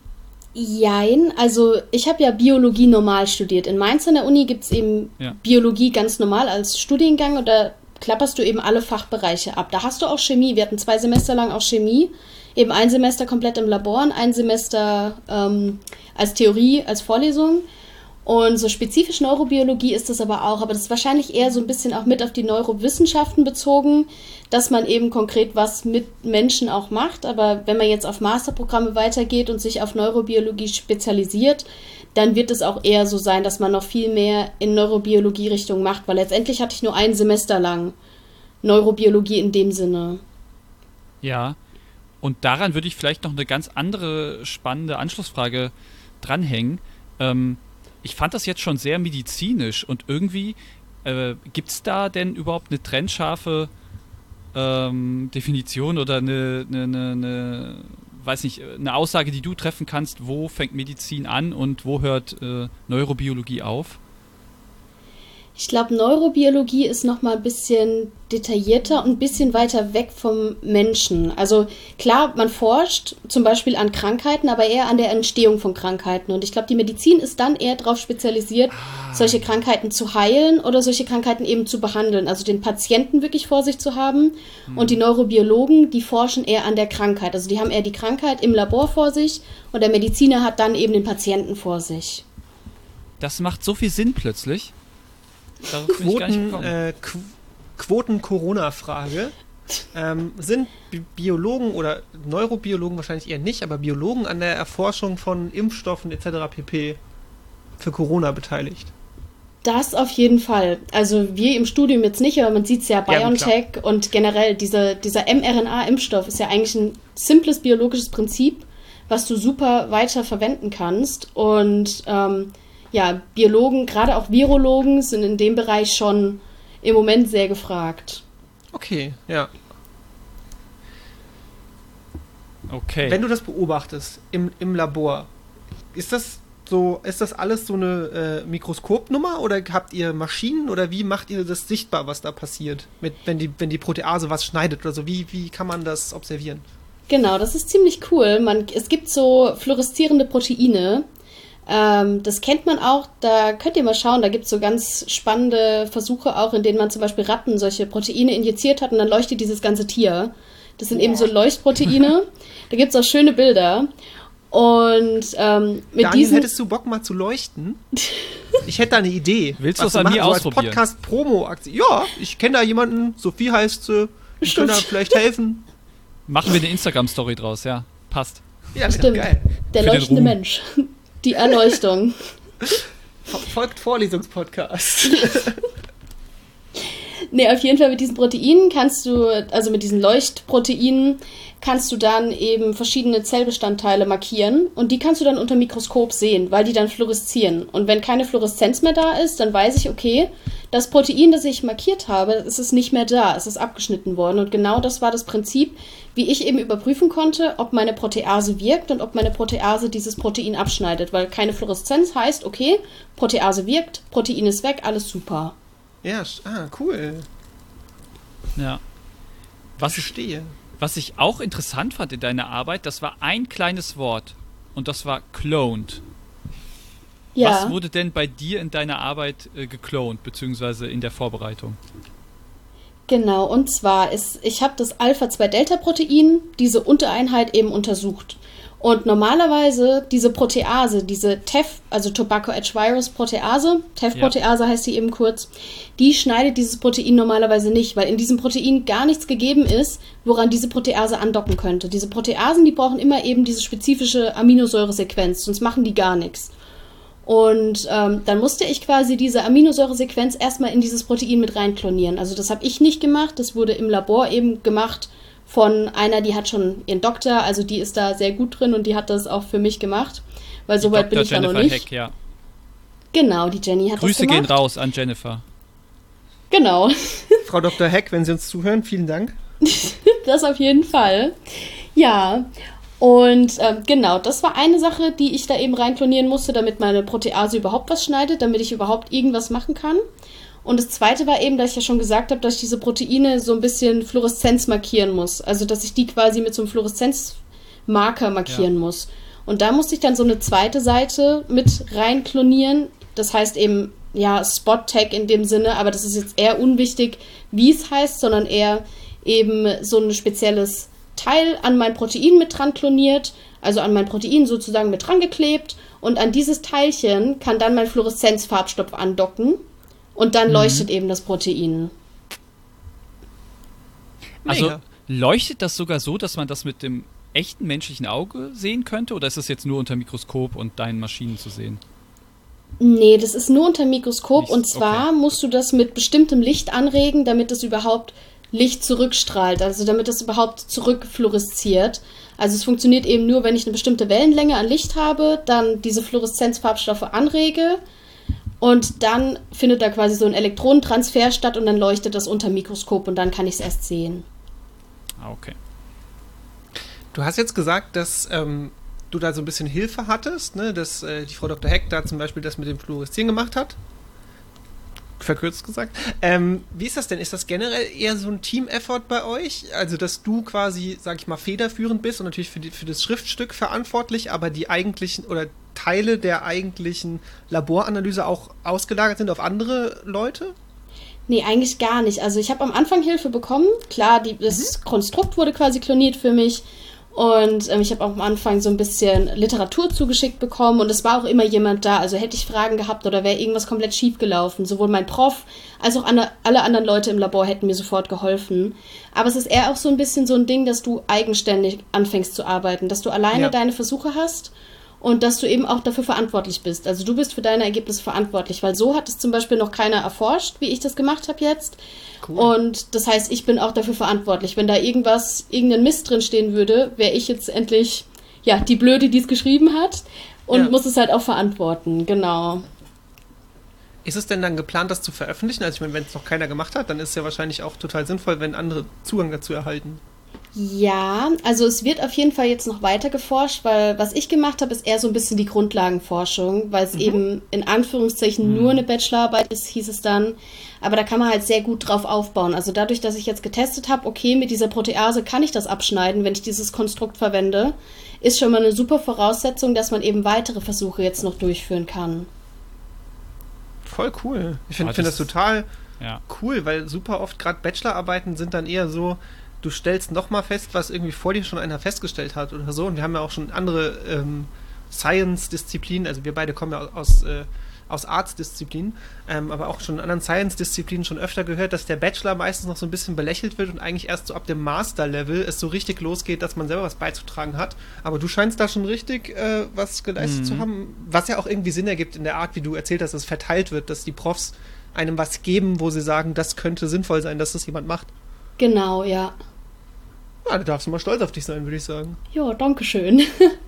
D: Jein, also ich habe ja Biologie normal studiert. In Mainz an der Uni gibt es eben
A: Ja.
D: Biologie ganz normal als Studiengang und da klapperst du eben alle Fachbereiche ab. Da hast du auch Chemie. Wir hatten zwei Semester lang auch Chemie. Eben ein Semester komplett im Labor und ein Semester ähm, als Theorie, als Vorlesung. Und so spezifisch Neurobiologie ist das aber auch. Aber das ist wahrscheinlich eher so ein bisschen auch mit auf die Neurowissenschaften bezogen, dass man eben konkret was mit Menschen auch macht. Aber wenn man jetzt auf Masterprogramme weitergeht und sich auf Neurobiologie spezialisiert, dann wird es auch eher so sein, dass man noch viel mehr in Neurobiologie-Richtung macht. Weil letztendlich hatte ich nur ein Semester lang Neurobiologie in dem Sinne.
A: Ja, und daran würde ich vielleicht noch eine ganz andere spannende Anschlussfrage dranhängen. Ähm, ich fand das jetzt schon sehr medizinisch und irgendwie äh, gibt es da denn überhaupt eine trennscharfe ähm, Definition oder eine, eine, eine, eine, weiß nicht, eine Aussage, die du treffen kannst, wo fängt Medizin an und wo hört äh, Neurobiologie auf?
D: Ich glaube, Neurobiologie ist noch mal ein bisschen detaillierter und ein bisschen weiter weg vom Menschen. Also klar, man forscht zum Beispiel an Krankheiten, aber eher an der Entstehung von Krankheiten. Und ich glaube, die Medizin ist dann eher darauf spezialisiert, ah. solche Krankheiten zu heilen oder solche Krankheiten eben zu behandeln. Also den Patienten wirklich vor sich zu haben. Hm. Und die Neurobiologen, die forschen eher an der Krankheit. Also die haben eher die Krankheit im Labor vor sich und der Mediziner hat dann eben den Patienten vor sich.
A: Das macht so viel Sinn plötzlich.
B: Quoten, äh, Qu- Quoten-Corona-Frage. Ähm, sind Bi- Biologen oder Neurobiologen wahrscheinlich eher nicht, aber Biologen an der Erforschung von Impfstoffen et cetera pp. Für Corona beteiligt?
D: Das auf jeden Fall. Also wir im Studium jetzt nicht, aber man sieht es ja, BioNTech ja, und generell diese, dieser mRNA-Impfstoff ist ja eigentlich ein simples biologisches Prinzip, was du super weiter verwenden kannst. Und ähm, ja, Biologen, gerade auch Virologen, sind in dem Bereich schon im Moment sehr gefragt.
B: Okay, ja.
A: Okay.
B: Wenn du das beobachtest im, im Labor, ist das so, ist das alles so eine äh, Mikroskopnummer oder habt ihr Maschinen oder wie macht ihr das sichtbar, was da passiert, mit, wenn die, wenn die Protease was schneidet oder so? Wie, wie kann man das observieren?
D: Genau, das ist ziemlich cool. Man, es gibt so fluoreszierende Proteine. Ähm, das kennt man auch, da könnt ihr mal schauen, da gibt es so ganz spannende Versuche auch, in denen man zum Beispiel Ratten solche Proteine injiziert hat und dann leuchtet dieses ganze Tier. Das sind eben so Leuchtproteine. Da gibt es auch schöne Bilder. Und ähm, mit
B: Daniel,
D: diesen...
B: hättest du Bock mal zu leuchten? Ich hätte da eine Idee.
A: Willst du das an mir
B: so
A: ausprobieren?
B: Als Podcast-Promo-Aktion. Ja, ich kenne da jemanden, Sophie heißt sie, ich kann da vielleicht helfen.
A: Machen wir eine Instagram-Story draus, ja. Passt.
B: Ja,
D: stimmt.
B: Geil.
D: Der
A: Für
D: leuchtende Mensch. Die Erleuchtung.
B: Folgt Vorlesungspodcast.
D: Nee, auf jeden Fall mit diesen Proteinen kannst du, also mit diesen Leuchtproteinen, kannst du dann eben verschiedene Zellbestandteile markieren und die kannst du dann unter Mikroskop sehen, weil die dann fluoreszieren. Und wenn keine Fluoreszenz mehr da ist, dann weiß ich, okay, das Protein, das ich markiert habe, es ist nicht mehr da, es ist abgeschnitten worden. Und genau das war das Prinzip, wie ich eben überprüfen konnte, ob meine Protease wirkt und ob meine Protease dieses Protein abschneidet. Weil keine Fluoreszenz heißt, okay, Protease wirkt, Protein ist weg, alles super.
B: Ja, ah, cool.
A: Ja. Was ich,
B: Verstehe.
A: was ich auch interessant fand in deiner Arbeit, das war ein kleines Wort und das war cloned.
D: Ja.
A: Was wurde denn bei dir in deiner Arbeit äh, geklont, beziehungsweise in der Vorbereitung?
D: Genau, und zwar ist, ich habe das Alpha zwei Delta Protein, diese Untereinheit eben untersucht. Und normalerweise diese Protease, diese T E F, also Tobacco Edge Virus Protease, T E F-Protease ja. heißt die eben kurz, die schneidet dieses Protein normalerweise nicht, weil in diesem Protein gar nichts gegeben ist, woran diese Protease andocken könnte. Diese Proteasen, die brauchen immer eben diese spezifische Aminosäuresequenz, sonst machen die gar nichts. Und ähm, dann musste ich quasi diese Aminosäuresequenz erstmal in dieses Protein mit reinklonieren. Also das habe ich nicht gemacht, das wurde im Labor eben gemacht von einer, die hat schon ihren Doktor, also die ist da sehr gut drin und die hat das auch für mich gemacht, weil
A: Die
D: soweit bin
A: Doktor
D: ich da noch
A: Jennifer
D: nicht.
A: Heck, ja.
D: Genau, die Jenny hat
A: Grüße
D: das gemacht.
A: gehen raus an Jennifer.
D: Genau,
B: Frau Doktor Heck, wenn Sie uns zuhören, vielen Dank.
D: das auf jeden Fall. Ja, und ähm, genau, das war eine Sache, die ich da eben reinklonieren musste, damit meine Protease überhaupt was schneidet, damit ich überhaupt irgendwas machen kann. Und das zweite war eben, dass ich ja schon gesagt habe, dass ich diese Proteine so ein bisschen Fluoreszenz markieren muss. Also, dass ich die quasi mit so einem Fluoreszenzmarker markieren ja. muss. Und da musste ich dann so eine zweite Seite mit rein klonieren. Das heißt eben, ja, Spot-Tag in dem Sinne, aber das ist jetzt eher unwichtig, wie es heißt, sondern eher eben so ein spezielles Teil an mein Protein mit dran kloniert, also an mein Protein sozusagen mit dran geklebt. Und an dieses Teilchen kann dann mein Fluoreszenzfarbstoff andocken. Und dann leuchtet mhm. eben das Protein.
A: Also
B: Mega.
A: Leuchtet das sogar so, dass man das mit dem echten menschlichen Auge sehen könnte? Oder ist das jetzt nur unter Mikroskop und deinen Maschinen zu sehen?
D: Nee, das ist nur unter Mikroskop.
A: Nicht,
D: und zwar okay. musst du das mit bestimmtem Licht anregen, damit es überhaupt Licht zurückstrahlt. Also damit es überhaupt zurückfluoresziert. Also es funktioniert eben nur, wenn ich eine bestimmte Wellenlänge an Licht habe, dann diese Fluoreszenzfarbstoffe anrege. Und dann findet da quasi so ein Elektronentransfer statt und dann leuchtet das unter Mikroskop und dann kann ich es erst sehen.
A: Ah, okay.
B: Du hast jetzt gesagt, dass ähm, du da so ein bisschen Hilfe hattest, ne? Dass äh, die Frau Doktor Heck da zum Beispiel das mit dem Fluoreszieren gemacht hat. Verkürzt gesagt. Ähm, wie ist das denn? Ist das generell eher so ein Team-Effort bei euch? Also, dass du quasi, sag ich mal, federführend bist und natürlich für, die, für das Schriftstück verantwortlich, aber die eigentlichen oder Teile der eigentlichen Laboranalyse auch ausgelagert sind auf andere Leute?
D: Nee, eigentlich gar nicht. Also ich habe am Anfang Hilfe bekommen. Klar, die, das mhm. Konstrukt wurde quasi kloniert für mich. Und ähm, ich habe auch am Anfang so ein bisschen Literatur zugeschickt bekommen. Und es war auch immer jemand da. Also hätte ich Fragen gehabt oder wäre irgendwas komplett schief gelaufen. Sowohl mein Prof als auch an, alle anderen Leute im Labor hätten mir sofort geholfen. Aber es ist eher auch so ein bisschen so ein Ding, dass du eigenständig anfängst zu arbeiten. Dass du alleine
B: ja.
D: deine Versuche hast. Und dass du eben auch dafür verantwortlich bist. Also du bist für deine Ergebnisse verantwortlich, weil so hat es zum Beispiel noch keiner erforscht, wie ich das gemacht habe jetzt. Cool. Und das heißt, ich bin auch dafür verantwortlich. Wenn da irgendwas, irgendein Mist drin stehen würde, wäre ich jetzt endlich, ja, die Blöde, die es geschrieben hat und ja. muss es halt auch verantworten, genau.
B: Ist es denn dann geplant, das zu veröffentlichen? Also ich meine, wenn es noch keiner gemacht hat, dann ist es ja wahrscheinlich auch total sinnvoll, wenn andere Zugang dazu erhalten.
D: Ja, also es wird auf jeden Fall jetzt noch weiter geforscht, weil was ich gemacht habe, ist eher so ein bisschen die Grundlagenforschung, weil es mhm. eben in Anführungszeichen mhm. nur eine Bachelorarbeit ist, hieß es dann. Aber da kann man halt sehr gut drauf aufbauen. Also dadurch, dass ich jetzt getestet habe, okay, mit dieser Protease kann ich das abschneiden, wenn ich dieses Konstrukt verwende, ist schon mal eine super Voraussetzung, dass man eben weitere Versuche jetzt noch durchführen kann.
B: Voll cool. Ich finde find das total
A: ja.
B: cool, weil super oft gerade Bachelorarbeiten sind dann eher so, du stellst nochmal fest, was irgendwie vor dir schon einer festgestellt hat oder so. Und wir haben ja auch schon andere ähm, Science-Disziplinen, also wir beide kommen ja aus, äh, aus Arts-Disziplinen, ähm, aber auch schon in anderen Science-Disziplinen schon öfter gehört, dass der Bachelor meistens noch so ein bisschen belächelt wird und eigentlich erst so ab dem Master-Level es so richtig losgeht, dass man selber was beizutragen hat. Aber du scheinst da schon richtig äh, was geleistet mhm. zu haben, was ja auch irgendwie Sinn ergibt in der Art, wie du erzählt hast, dass es verteilt wird, dass die Profs einem was geben, wo sie sagen, das könnte sinnvoll sein, dass das jemand macht.
D: Genau, ja.
B: Ja, da darfst du mal stolz auf dich sein, würde ich sagen.
D: Ja, danke schön.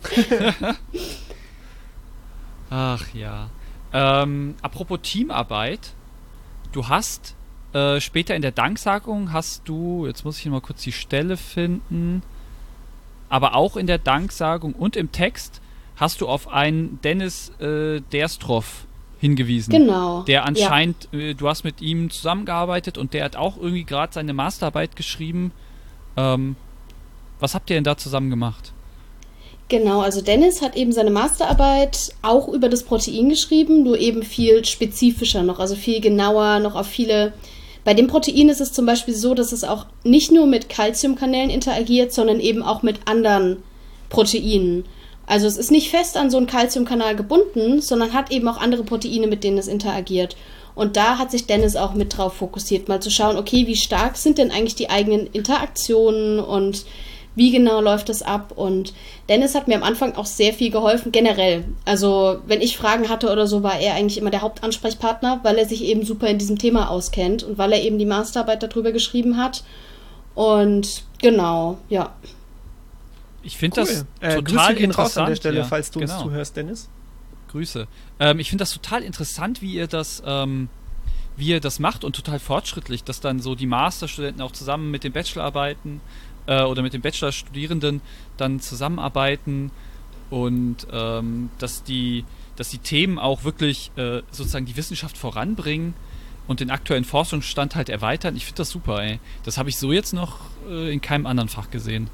A: Ach ja. Ähm, apropos Teamarbeit, du hast äh, später in der Danksagung hast du, jetzt muss ich mal kurz die Stelle finden, aber auch in der Danksagung und im Text hast du auf einen Dennis äh, Derstroff hingewiesen.
D: Genau.
A: Der anscheinend, ja. äh, du hast mit ihm zusammengearbeitet und der hat auch irgendwie gerade seine Masterarbeit geschrieben. Ähm, was habt ihr denn da zusammen gemacht?
D: Genau, also Dennis hat eben seine Masterarbeit auch über das Protein geschrieben, nur eben viel spezifischer noch, also viel genauer, noch auf viele... Bei dem Protein ist es zum Beispiel so, dass es auch nicht nur mit Calciumkanälen interagiert, sondern eben auch mit anderen Proteinen. Also es ist nicht fest an so einen Calciumkanal gebunden, sondern hat eben auch andere Proteine, mit denen es interagiert. Und da hat sich Dennis auch mit drauf fokussiert, mal zu schauen, okay, wie stark sind denn eigentlich die eigenen Interaktionen und wie genau läuft das ab? Und Dennis hat mir am Anfang auch sehr viel geholfen, generell. Also wenn ich Fragen hatte oder so, war er eigentlich immer der Hauptansprechpartner, weil er sich eben super in diesem Thema auskennt und weil er eben die Masterarbeit darüber geschrieben hat. Und genau, ja.
A: Ich finde
B: cool.
A: das
B: äh,
A: total
B: Grüße gehen
A: interessant.
B: raus an der Stelle,
A: ja,
B: falls du
A: genau.
B: uns zuhörst, Dennis.
A: Grüße. Ähm, ich finde das total interessant, wie ihr das, ähm, wie ihr das macht und total fortschrittlich, dass dann so die Masterstudenten auch zusammen mit den Bachelorarbeiten äh, oder mit den Bachelorstudierenden dann zusammenarbeiten und ähm, dass die, dass die Themen auch wirklich äh, sozusagen die Wissenschaft voranbringen und den aktuellen Forschungsstand halt erweitern. Ich finde das super, ey. Das habe ich so jetzt noch äh, in keinem anderen Fach gesehen.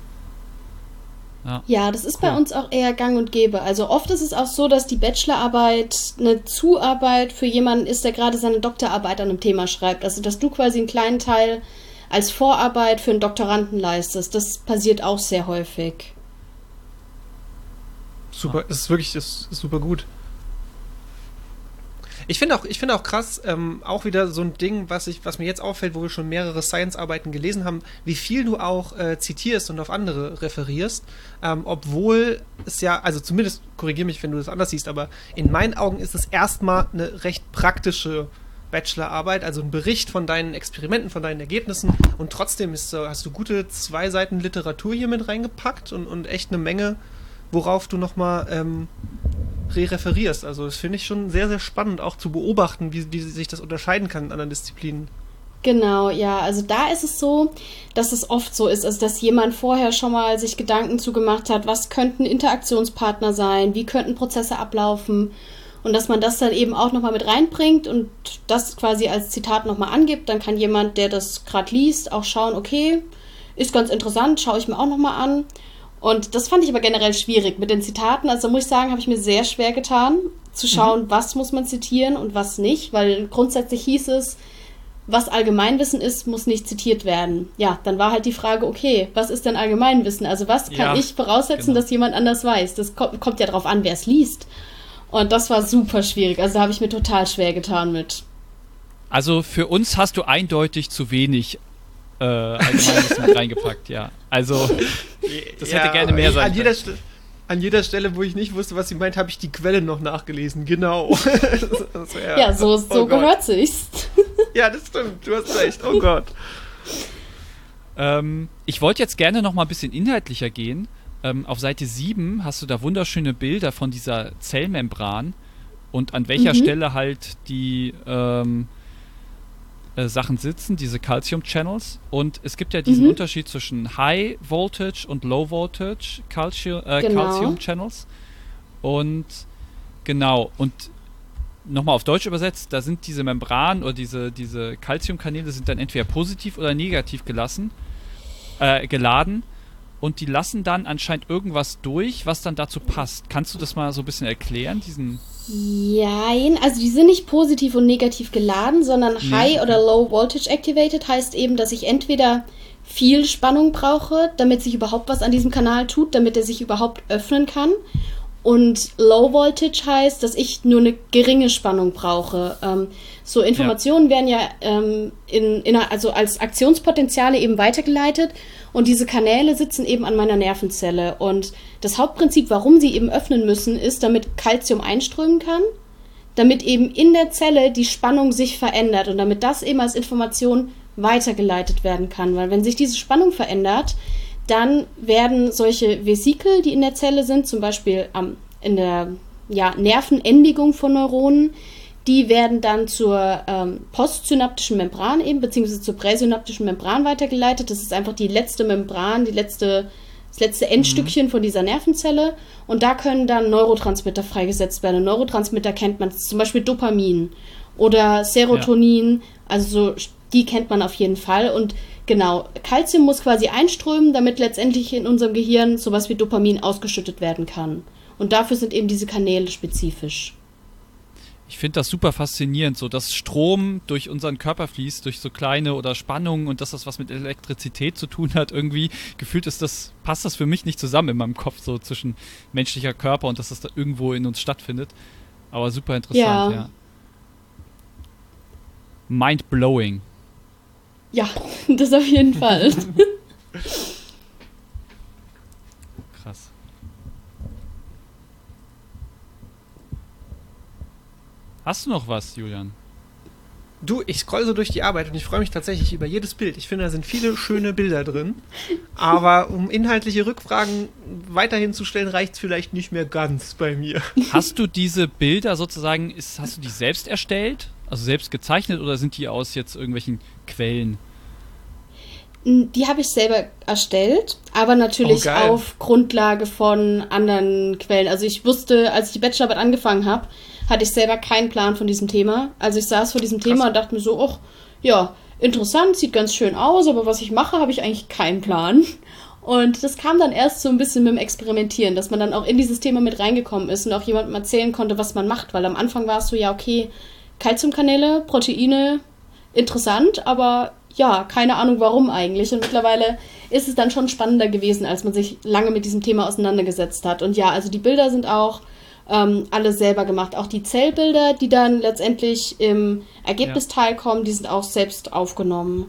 A: Ja,
D: ja, das ist
A: cool.
D: Bei uns auch eher gang und gäbe. Also oft ist es auch so, dass die Bachelorarbeit eine Zuarbeit für jemanden ist, der gerade seine Doktorarbeit an einem Thema schreibt. Also dass du quasi einen kleinen Teil als Vorarbeit für einen Doktoranden leistest. Das passiert auch sehr häufig.
B: Super, das ist wirklich das ist super gut. Ich finde auch, ich finde auch krass, ähm, auch wieder so ein Ding, was ich, was mir jetzt auffällt, wo wir schon mehrere Science-Arbeiten gelesen haben, wie viel du auch äh, zitierst und auf andere referierst, ähm, obwohl es ja, also zumindest, korrigiere mich, wenn du das anders siehst, aber in meinen Augen ist es erstmal eine recht praktische Bachelorarbeit, also ein Bericht von deinen Experimenten, von deinen Ergebnissen und trotzdem ist, äh, hast du gute zwei Seiten Literatur hier mit reingepackt und, und echt eine Menge, worauf du nochmal ähm, re-referierst. Also das finde ich schon sehr, sehr spannend, auch zu beobachten, wie, wie sich das unterscheiden kann in anderen Disziplinen.
D: Genau, ja, also da ist es so, dass es oft so ist, also dass jemand vorher schon mal sich Gedanken zugemacht hat, was könnten Interaktionspartner sein, wie könnten Prozesse ablaufen und dass man das dann eben auch nochmal mit reinbringt und das quasi als Zitat nochmal angibt, dann kann jemand, der das gerade liest, auch schauen, okay, ist ganz interessant, schaue ich mir auch nochmal an. Und das fand ich aber generell schwierig mit den Zitaten. Also muss ich sagen, habe ich mir sehr schwer getan, zu schauen, mhm. was muss man zitieren und was nicht, weil grundsätzlich hieß es, was Allgemeinwissen ist, muss nicht zitiert werden. Ja, dann war halt die Frage, okay, was ist denn Allgemeinwissen? Also was kann ja, ich voraussetzen, genau. dass jemand anders weiß? Das kommt, kommt ja drauf an, wer es liest. Und das war super schwierig. Also da habe ich mir total schwer getan mit.
A: Also für uns hast du eindeutig zu wenig äh, Allgemeinwissen reingepackt, ja. Also das hätte ja, gerne mehr sein
B: an jeder, St- an jeder Stelle, wo ich nicht wusste, was sie meint, habe ich die Quelle noch nachgelesen. Genau.
D: so, ja. ja, so, so oh gehört sich's.
B: Ja, das stimmt. Du hast recht. Oh Gott.
A: Ähm, ich wollte jetzt gerne noch mal ein bisschen inhaltlicher gehen. Ähm, auf Seite sieben hast du da wunderschöne Bilder von dieser Zellmembran und an welcher mhm. Stelle halt die ähm, äh, Sachen sitzen, diese Calcium-Channels. Und es gibt ja diesen mhm. Unterschied zwischen High Voltage und Low Voltage Calcium, äh, genau. Calcium-Channels. Und genau, und nochmal auf Deutsch übersetzt, da sind diese Membranen oder diese, diese Calciumkanäle sind dann entweder positiv oder negativ gelassen, äh, geladen und die lassen dann anscheinend irgendwas durch, was dann dazu passt. Kannst du das mal so ein bisschen erklären, diesen...
D: Jein, also die sind nicht positiv und negativ geladen, sondern nee. High oder Low Voltage Activated heißt eben, dass ich entweder viel Spannung brauche, damit sich überhaupt was an diesem Kanal tut, damit er sich überhaupt öffnen kann. Und Low Voltage heißt, dass ich nur eine geringe Spannung brauche. Ähm, so Informationen ja. werden ja ähm, in, in, also als Aktionspotenziale eben weitergeleitet und diese Kanäle sitzen eben an meiner Nervenzelle. Und das Hauptprinzip, warum sie eben öffnen müssen, ist, damit Calcium einströmen kann, damit eben in der Zelle die Spannung sich verändert und damit das eben als Information weitergeleitet werden kann. Weil wenn sich diese Spannung verändert, dann werden solche Vesikel, die in der Zelle sind, zum Beispiel ähm, in der ja, Nervenendigung von Neuronen, die werden dann zur ähm, postsynaptischen Membran eben, beziehungsweise zur präsynaptischen Membran weitergeleitet. Das ist einfach die letzte Membran, die letzte, das letzte Endstückchen mhm. von dieser Nervenzelle. Und da können dann Neurotransmitter freigesetzt werden. Und Neurotransmitter kennt man, zum Beispiel Dopamin oder Serotonin. Ja. Also so, die kennt man auf jeden Fall. Und genau, Calcium muss quasi einströmen, damit letztendlich in unserem Gehirn sowas wie Dopamin ausgeschüttet werden kann. Und dafür sind eben diese Kanäle spezifisch.
A: Ich finde das super faszinierend, so dass Strom durch unseren Körper fließt, durch so kleine oder Spannungen und dass das was mit Elektrizität zu tun hat. Irgendwie gefühlt ist das, passt das für mich nicht zusammen in meinem Kopf, so zwischen menschlicher Körper und dass das da irgendwo in uns stattfindet. Aber super interessant, ja. ja. Mind-blowing.
D: Ja, das auf jeden Fall.
A: Krass. Hast du noch was, Julian?
B: Du, ich scroll so durch die Arbeit und ich freue mich tatsächlich über jedes Bild. Ich finde, da sind viele schöne Bilder drin. Aber um inhaltliche Rückfragen weiterhin zu stellen, reicht es vielleicht nicht mehr ganz bei mir.
A: Hast du diese Bilder sozusagen, ist, hast du die selbst erstellt? Also selbst gezeichnet oder sind die aus jetzt irgendwelchen Quellen?
D: Die habe ich selber erstellt, aber natürlich
B: oh,
D: auf Grundlage von anderen Quellen. Also ich wusste, als ich die Bachelorarbeit angefangen habe, hatte ich selber keinen Plan von diesem Thema. Also ich saß vor diesem Thema Krass. und dachte mir so, ach, ja, interessant, sieht ganz schön aus, aber was ich mache, habe ich eigentlich keinen Plan. Und das kam dann erst so ein bisschen mit dem Experimentieren, dass man dann auch in dieses Thema mit reingekommen ist und auch jemandem erzählen konnte, was man macht. Weil am Anfang war es so, ja, okay, Calciumkanäle, Proteine, interessant, aber ja, keine Ahnung warum eigentlich. Und mittlerweile ist es dann schon spannender gewesen, als man sich lange mit diesem Thema auseinandergesetzt hat. Und ja, also die Bilder sind auch ähm, alle selber gemacht. Auch die Zellbilder, die dann letztendlich im Ergebnisteil ja. kommen, die sind auch selbst aufgenommen.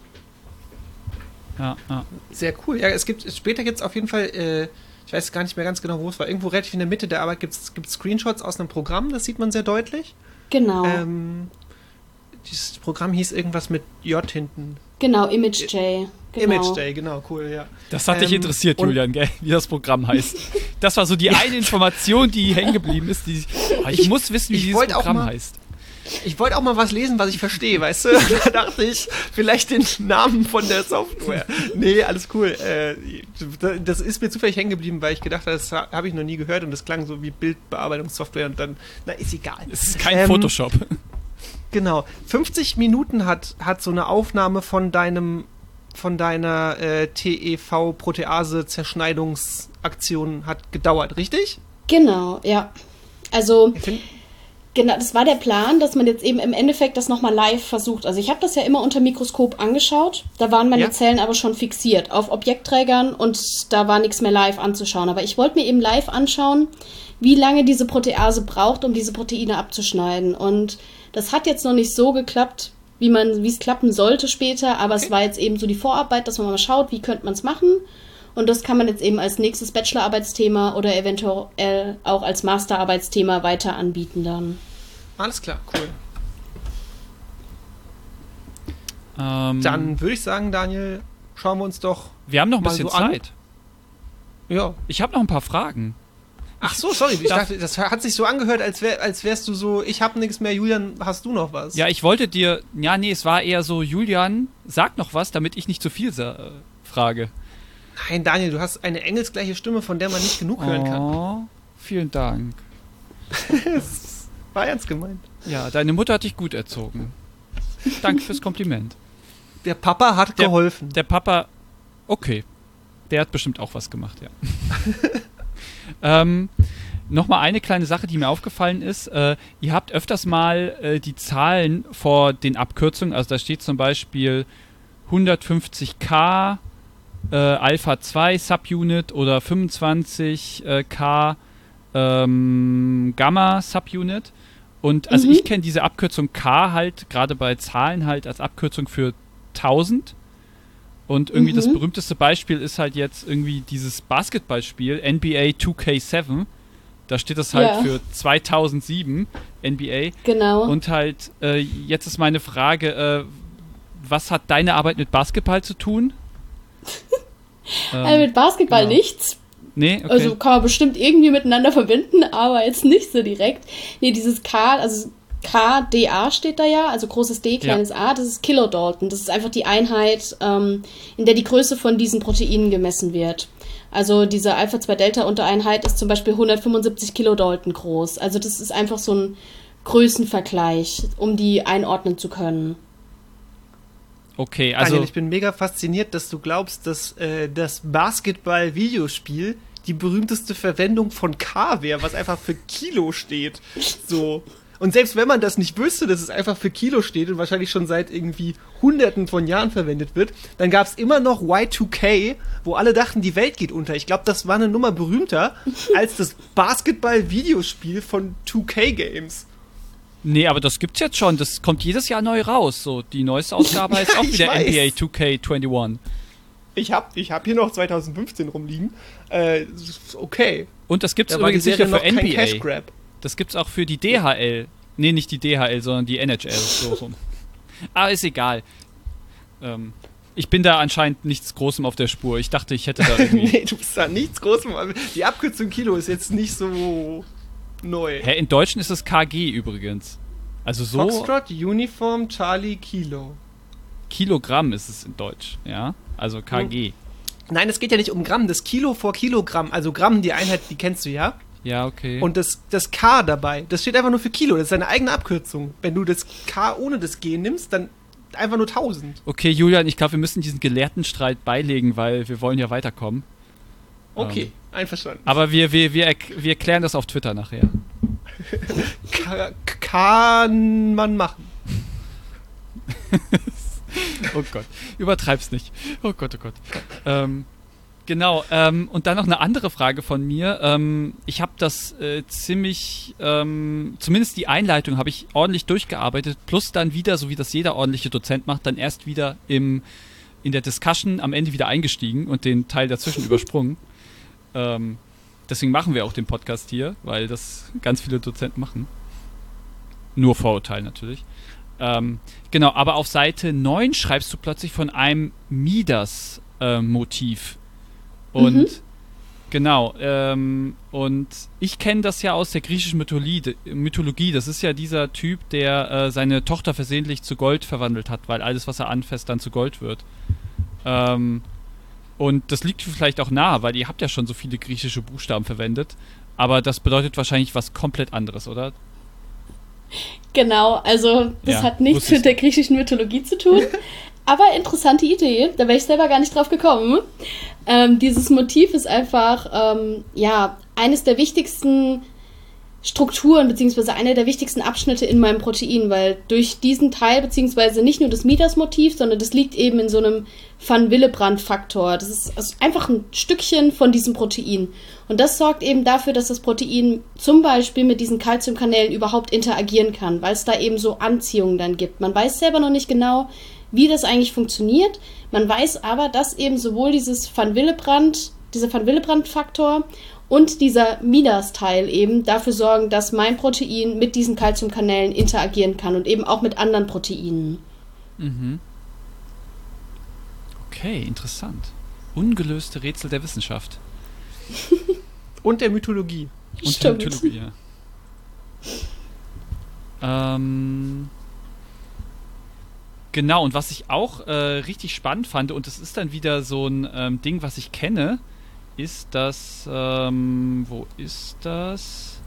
A: Ja, ja.
B: Sehr cool. Ja, es gibt, später gibt es auf jeden Fall, äh, ich weiß gar nicht mehr ganz genau, wo es war, irgendwo relativ in der Mitte der Arbeit gibt es Screenshots aus einem Programm, das sieht man sehr deutlich.
D: Genau.
B: Ähm, dieses Programm hieß irgendwas mit J hinten.
D: Genau, ImageJ. Genau.
B: ImageJ, genau, cool, ja.
A: Das hat
B: ähm,
A: dich interessiert, Julian, gell? Wie das Programm heißt. Das war so die eine Information, die hängen geblieben ist. Die, oh, ich, ich muss wissen, wie
B: ich
A: dieses Programm
B: mal,
A: heißt.
B: Ich wollte auch mal was lesen, was ich verstehe, weißt du? Da dachte ich, vielleicht den Namen von der Software. Nee, alles cool. Äh, das ist mir zufällig hängen geblieben, weil ich gedacht habe, das habe ich noch nie gehört und das klang so wie Bildbearbeitungssoftware und dann, na, ist egal.
A: Es ist kein
B: ähm,
A: Photoshop.
B: Genau. fünfzig Minuten hat, hat so eine Aufnahme von deinem, von deiner äh, T E V-Protease-Zerschneidungsaktion hat gedauert, richtig?
D: Genau, ja. Also, genau, das war der Plan, dass man jetzt eben im Endeffekt das nochmal live versucht. Also ich habe das ja immer unter Mikroskop angeschaut, da waren meine ja. Zellen aber schon fixiert auf Objektträgern und da war nichts mehr live anzuschauen. Aber ich wollte mir eben live anschauen, wie lange diese Protease braucht, um diese Proteine abzuschneiden. Und das hat jetzt noch nicht so geklappt, wie man, wie es klappen sollte später, aber okay. es war jetzt eben so die Vorarbeit, dass man mal schaut, wie könnte man es machen. Und das kann man jetzt eben als nächstes Bachelorarbeitsthema oder eventuell auch als Masterarbeitsthema weiter anbieten dann.
B: Alles klar, cool.
A: Ähm,
B: Dann würde ich sagen, Daniel, schauen wir uns doch
A: Wir haben noch ein
B: mal
A: bisschen
B: so an.
A: Zeit.
B: Ja.
A: Ich habe noch ein paar Fragen.
B: Ach so, sorry, ich dachte, das hat sich so angehört, als, wär, als wärst du so, ich habe nichts mehr, Julian, hast du noch was?
A: Ja, ich wollte dir, ja nee, es war eher so, Julian, sag noch was, damit ich nicht zu viel sa- frage.
B: Nein, Daniel, du hast eine engelsgleiche Stimme, von der man nicht genug hören kann.
A: Oh, vielen Dank.
B: Das war ernst gemeint.
A: Ja, deine Mutter hat dich gut erzogen. Danke fürs Kompliment.
B: Der Papa hat
A: der,
B: geholfen.
A: Der Papa, okay, der hat bestimmt auch was gemacht, ja. ähm, Nochmal eine kleine Sache, die mir aufgefallen ist. Äh, ihr habt öfters mal äh, die Zahlen vor den Abkürzungen, also da steht zum Beispiel hundertfünfzig K äh, Alpha zwei Subunit oder fünfundzwanzig K ähm, Gamma Subunit. Und also
D: Mhm.
A: ich kenne diese Abkürzung K halt, gerade bei Zahlen halt, als Abkürzung für tausend. Und irgendwie
D: Mhm.
A: das berühmteste Beispiel ist halt jetzt irgendwie dieses Basketballspiel N B A zwei K sieben. Da steht das halt
D: Ja.
A: für zweitausendsieben N B A.
D: Genau.
A: Und halt, äh, jetzt ist meine Frage, äh, was hat deine Arbeit mit Basketball zu tun? ähm,
D: Also mit Basketball
A: genau.
D: nichts.
A: Nee, okay.
D: Also kann man bestimmt irgendwie miteinander verbinden, aber jetzt nicht so direkt. Nee, dieses K, also K D A steht da ja, also großes D, kleines A, das ist Kilodalton. Das ist einfach die Einheit, ähm, in der die Größe von diesen Proteinen gemessen wird. Also diese Alpha-zwei-Delta-Untereinheit ist zum Beispiel hundertfünfundsiebzig Kilodalton groß. Also das ist einfach so ein Größenvergleich, um die einordnen zu können.
A: okay, also
B: Daniel, ich bin mega fasziniert, dass du glaubst, dass äh, das Basketball-Videospiel die berühmteste Verwendung von K wäre, was einfach für Kilo steht. So. Und selbst wenn man das nicht wüsste, dass es einfach für Kilo steht und wahrscheinlich schon seit irgendwie Hunderten von Jahren verwendet wird, dann gab es immer noch Y zwei K, wo alle dachten, die Welt geht unter. Ich glaube, das war eine Nummer berühmter als das Basketball-Videospiel von zwei K Games.
A: nee, aber das gibt's jetzt schon. Das kommt jedes Jahr neu raus. So, die neueste Ausgabe heißt
B: Ja,
A: auch
B: ich
A: wieder
B: weiß.
A: N B A zwei K einundzwanzig.
B: Ich hab, ich hab hier noch zweitausendfünfzehn rumliegen. Äh, okay.
A: Und das gibt's
B: Da war die
A: übrigens nicht nur
B: Serie
A: für
B: noch kein
A: N B A.
B: Cash Grab.
A: Das gibt's auch für die D H L. Nee, nicht die D H L, sondern die N H L. So rum. Aber ist egal. Ähm, ich bin da anscheinend nichts Großem auf der Spur. Ich dachte, ich hätte da irgendwie...
B: Nee, du bist da nichts Großes. Die Abkürzung Kilo ist jetzt nicht so neu.
A: Hä, in Deutschen ist es K G übrigens. Also so
B: Foxtrot, Uniform, Charlie, Kilo.
A: Kilogramm ist es in Deutsch, ja? Also K G.
B: Nein, es geht ja nicht um Gramm. Das Kilo vor Kilogramm. Also Gramm, die Einheit, die kennst du ja.
A: Ja, okay.
B: Und das, das K dabei, das steht einfach nur für Kilo. Das ist deine eigene Abkürzung. Wenn du das K ohne das G nimmst, dann einfach nur tausend.
A: Okay, Julian, ich glaube, wir müssen diesen Gelehrtenstreit beilegen, weil wir wollen ja weiterkommen.
B: Okay,
A: Ähm,
B: einverstanden.
A: Aber wir, wir, wir, erk- wir klären das auf Twitter nachher.
B: Ka- kann man machen.
A: Oh Gott, übertreib's nicht. Oh Gott, oh Gott. Ähm, genau, ähm, und dann noch eine andere Frage von mir. Ähm, ich habe das äh, ziemlich, ähm, zumindest die Einleitung habe ich ordentlich durchgearbeitet, plus dann wieder, so wie das jeder ordentliche Dozent macht, dann erst wieder im, in der Discussion am Ende wieder eingestiegen und den Teil dazwischen übersprungen. Ähm, deswegen machen wir auch den Podcast hier, weil das ganz viele Dozenten machen. Nur Vorurteil natürlich. Ähm, genau, aber auf Seite neun schreibst du plötzlich von einem Midas-Motiv. Und
D: Mhm.
A: genau, ähm, und ich kenne das ja aus der griechischen Mythologie, Mythologie. Das ist ja dieser Typ, der äh, seine Tochter versehentlich zu Gold verwandelt hat, weil alles, was er anfasst, dann zu Gold wird. Ähm, und das liegt vielleicht auch nahe, weil ihr habt ja schon so viele griechische Buchstaben verwendet. Aber das bedeutet wahrscheinlich was komplett anderes, oder?
D: Genau, also das
A: Ja,
D: hat nichts
A: wusste ich
D: mit der griechischen Mythologie zu tun. Aber interessante Idee, da wäre ich selber gar nicht drauf gekommen. Ähm, dieses Motiv ist einfach, ähm, ja, eines der wichtigsten Strukturen, beziehungsweise einer der wichtigsten Abschnitte in meinem Protein, weil durch diesen Teil, beziehungsweise nicht nur das Midas-Motiv, sondern das liegt eben in so einem Van Willebrand-Faktor. Das ist also einfach ein Stückchen von diesem Protein. Und das sorgt eben dafür, dass das Protein zum Beispiel mit diesen Calciumkanälen überhaupt interagieren kann, weil es da eben so Anziehungen dann gibt. Man weiß selber noch nicht genau, wie das eigentlich funktioniert. Man weiß aber, dass eben sowohl dieses Van Willebrand, dieser Van Willebrand-Faktor und dieser Midas-Teil eben dafür sorgen, dass mein Protein mit diesen Calciumkanälen interagieren kann und eben auch mit anderen Proteinen.
A: Mhm. Okay, interessant. Ungelöste Rätsel der Wissenschaft.
B: Und der Mythologie.
A: Und
D: Stimmt.
A: der Mythologie, ja. Ähm, genau, und was ich auch äh, richtig spannend fand, und das ist dann wieder so ein ähm, Ding, was ich kenne, ist das, ähm, wo ist das?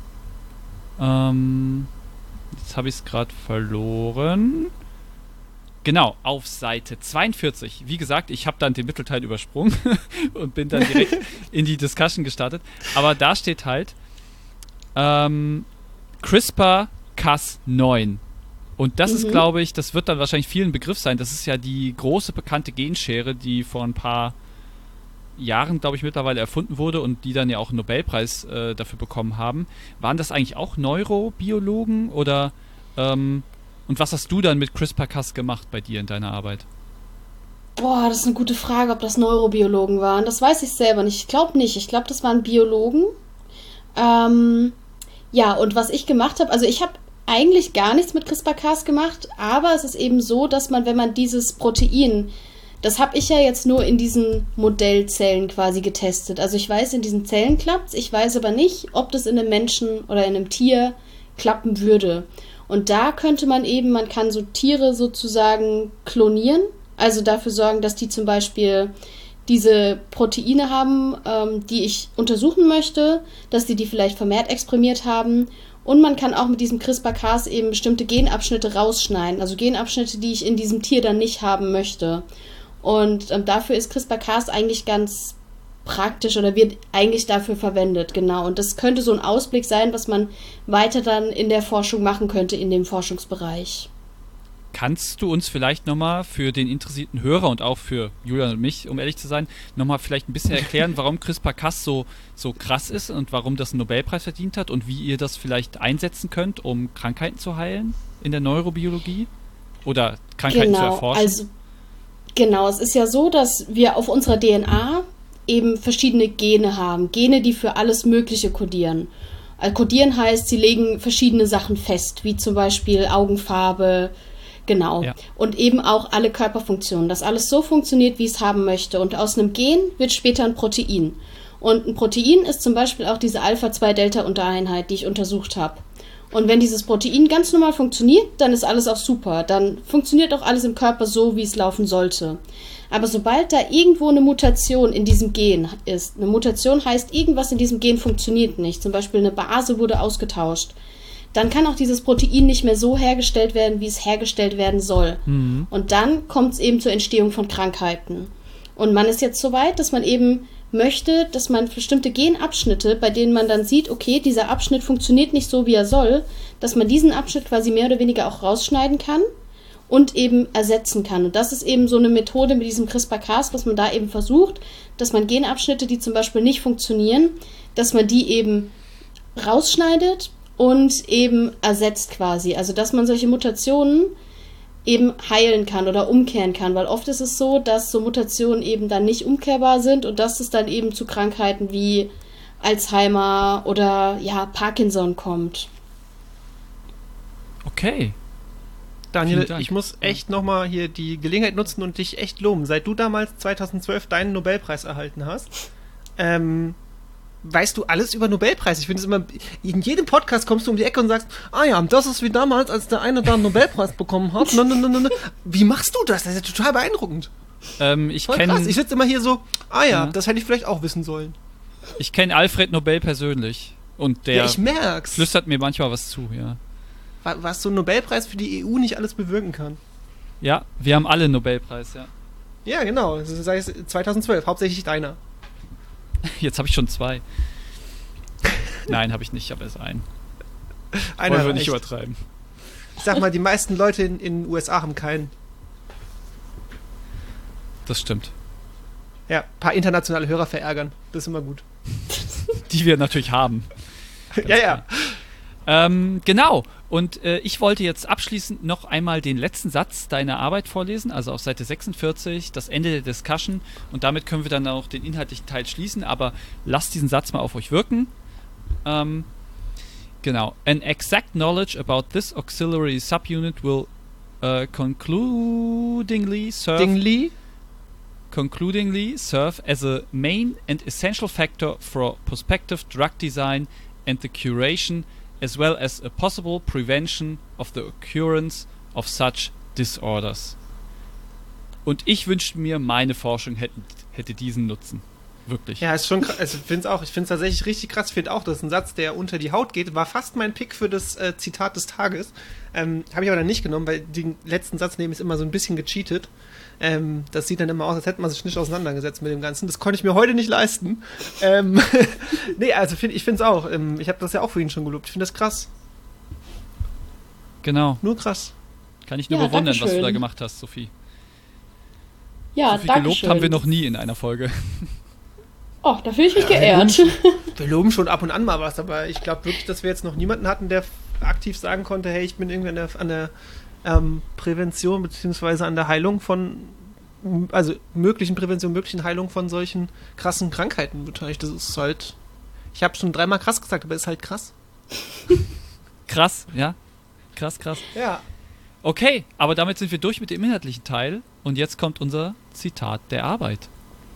A: Ähm, jetzt habe ich es gerade verloren. Genau, auf Seite zweiundvierzig. Wie gesagt, ich habe dann den Mittelteil übersprungen und bin dann direkt in die Discussion gestartet. Aber da steht halt ähm, CRISPR Cas neun. Und das
D: Mhm.
A: ist, glaube ich, das wird dann wahrscheinlich vielen Begriff sein. Das ist ja die große bekannte Genschere, die vor ein paar Jahren, glaube ich, mittlerweile erfunden wurde und die dann ja auch einen Nobelpreis äh, dafür bekommen haben. Waren das eigentlich auch Neurobiologen oder ähm, und was hast du dann mit CRISPR-Cas gemacht bei dir in deiner Arbeit?
D: Boah, das ist eine gute Frage, ob das Neurobiologen waren. Das weiß ich selber nicht. Ich glaube nicht. Ich glaube, das waren Biologen. Ähm, ja, und was ich gemacht habe, also ich habe eigentlich gar nichts mit CRISPR-Cas gemacht, aber es ist eben so, dass man, wenn man dieses Protein, das habe ich ja jetzt nur in diesen Modellzellen quasi getestet. Also ich weiß, in diesen Zellen klappt's, ich weiß aber nicht, ob das in einem Menschen oder in einem Tier klappen würde. Und da könnte man eben, man kann so Tiere sozusagen klonieren, also dafür sorgen, dass die zum Beispiel diese Proteine haben, ähm, die ich untersuchen möchte, dass die die vielleicht vermehrt exprimiert haben. Und man kann auch mit diesem CRISPR-Cas eben bestimmte Genabschnitte rausschneiden, also Genabschnitte, die ich in diesem Tier dann nicht haben möchte. Und ähm, dafür ist CRISPR-Cas eigentlich ganz praktisch oder wird eigentlich dafür verwendet, genau. Und das könnte so ein Ausblick sein, was man weiter dann in der Forschung machen könnte, in dem Forschungsbereich.
A: Kannst du uns vielleicht nochmal für den interessierten Hörer und auch für Julian und mich, um ehrlich zu sein, nochmal vielleicht ein bisschen erklären, warum CRISPR-Cas so, so krass ist und warum das einen Nobelpreis verdient hat und wie ihr das vielleicht einsetzen könnt, um Krankheiten zu heilen in der Neurobiologie oder Krankheiten
D: genau,
A: zu erforschen?
D: Also, genau, es ist ja so, dass wir auf unserer D N A eben verschiedene Gene haben. Gene, die für alles Mögliche kodieren. Also kodieren heißt, sie legen verschiedene Sachen fest, wie zum Beispiel Augenfarbe. Genau. Ja. Und eben auch alle Körperfunktionen, dass alles so funktioniert, wie es haben möchte. Und aus einem Gen wird später ein Protein. Und ein Protein ist zum Beispiel auch diese Alpha zwei Delta Untereinheit, die ich untersucht habe. Und wenn dieses Protein ganz normal funktioniert, dann ist alles auch super. Dann funktioniert auch alles im Körper so, wie es laufen sollte. Aber sobald da irgendwo eine Mutation in diesem Gen ist, eine Mutation heißt, irgendwas in diesem Gen funktioniert nicht. Zum Beispiel eine Base wurde ausgetauscht. Dann kann auch dieses Protein nicht mehr so hergestellt werden, wie es hergestellt werden soll. Mhm. Und dann kommt es eben zur Entstehung von Krankheiten. Und man ist jetzt so weit, dass man eben möchte, dass man bestimmte Genabschnitte, bei denen man dann sieht, okay, dieser Abschnitt funktioniert nicht so, wie er soll, dass man diesen Abschnitt quasi mehr oder weniger auch rausschneiden kann und eben ersetzen kann. Und das ist eben so eine Methode mit diesem CRISPR-Cas, was man da eben versucht, dass man Genabschnitte, die zum Beispiel nicht funktionieren, dass man die eben rausschneidet und eben ersetzt quasi. Also, dass man solche Mutationen eben heilen kann oder umkehren kann, weil oft ist es so, dass so Mutationen eben dann nicht umkehrbar sind und dass es dann eben zu Krankheiten wie Alzheimer oder ja, Parkinson kommt.
A: Okay.
B: Daniel, ich muss echt nochmal hier die Gelegenheit nutzen und dich echt loben. Seit du damals zweitausendzwölf deinen Nobelpreis erhalten hast, ähm, weißt du alles über Nobelpreis. Ich finde es immer, in jedem Podcast kommst du um die Ecke und sagst, ah ja, das ist wie damals, als der eine da einen Nobelpreis bekommen hat. No, no, no, no. Wie machst du das? Das ist ja total beeindruckend.
A: Ähm, ich
B: Voll
A: kenn,
B: krass. Ich sitze immer hier so, ah ja,
A: ja.
B: das hätte ich vielleicht auch wissen sollen.
A: Ich kenne Alfred Nobel persönlich. Und der
B: ja, ich merk's.
A: flüstert mir manchmal was zu, ja.
B: Was so ein Nobelpreis für die E U nicht alles bewirken kann.
A: Ja, wir haben alle einen Nobelpreis, ja.
B: Ja, genau. Das heißt zweitausendzwölf, hauptsächlich deiner.
A: Jetzt habe ich schon zwei. Nein, habe ich nicht, ich habe erst einen.
B: Einer
A: Wollen wir nicht übertreiben.
B: Ich sag mal, die meisten Leute in den U S A haben keinen.
A: Das stimmt.
B: Ja, ein paar internationale Hörer verärgern. Das ist immer gut.
A: Die wir natürlich haben.
B: Ja, ja.
A: Ähm, genau. Und äh, ich wollte jetzt abschließend noch einmal den letzten Satz deiner Arbeit vorlesen, also auf Seite sechsundvierzig, das Ende der Discussion. Und damit können wir dann auch den inhaltlichen Teil schließen, aber lasst diesen Satz mal auf euch wirken. Ähm, genau. An exact knowledge about this auxiliary subunit will uh, concludingly serve...
B: Dingly?
A: concludingly serve as a main and essential factor for prospective drug design and the curation, as well as a possible prevention of the occurrence of such disorders. Und ich wünschte mir, meine Forschung hätte, hätte diesen Nutzen. Wirklich.
B: Ja, ist schon krass. Also ich finde es auch, ich finde es tatsächlich richtig krass. Ich finde auch, das ist ein Satz, der unter die Haut geht. War fast mein Pick für das äh, Zitat des Tages. Ähm, Habe ich aber dann nicht genommen, weil den letzten Satz nehmen ist immer so ein bisschen gecheatet. Ähm, das sieht dann immer aus, als hätte man sich nicht auseinandergesetzt mit dem Ganzen. Das konnte ich mir heute nicht leisten. ähm, nee, also find, ich finde es auch. Ähm, ich habe das ja auch vorhin schon gelobt. Ich finde das krass.
A: Genau.
B: Nur krass.
A: Kann ich nur
D: ja,
A: bewundern,
D: Dankeschön.
A: was du da gemacht hast, Sophie.
D: Ja,
A: so viel
D: danke
A: gelobt
D: schön.
A: haben wir noch nie in einer Folge.
D: Oh, da fühle ich mich
B: Ja,
D: geehrt.
B: Wir loben, wir loben schon ab und an mal was, aber ich glaube wirklich, dass wir jetzt noch niemanden hatten, der aktiv sagen konnte, hey, ich bin irgendwie an der, an der ähm, Prävention beziehungsweise an der Heilung von, also möglichen Prävention, möglichen Heilung von solchen krassen Krankheiten beteiligt. Das ist halt, Ich habe schon dreimal krass gesagt, aber ist halt krass.
A: Krass, ja. Krass, krass.
B: Ja.
A: Okay, aber damit sind wir durch mit dem inhaltlichen Teil. Und jetzt kommt unser Zitat der Arbeit.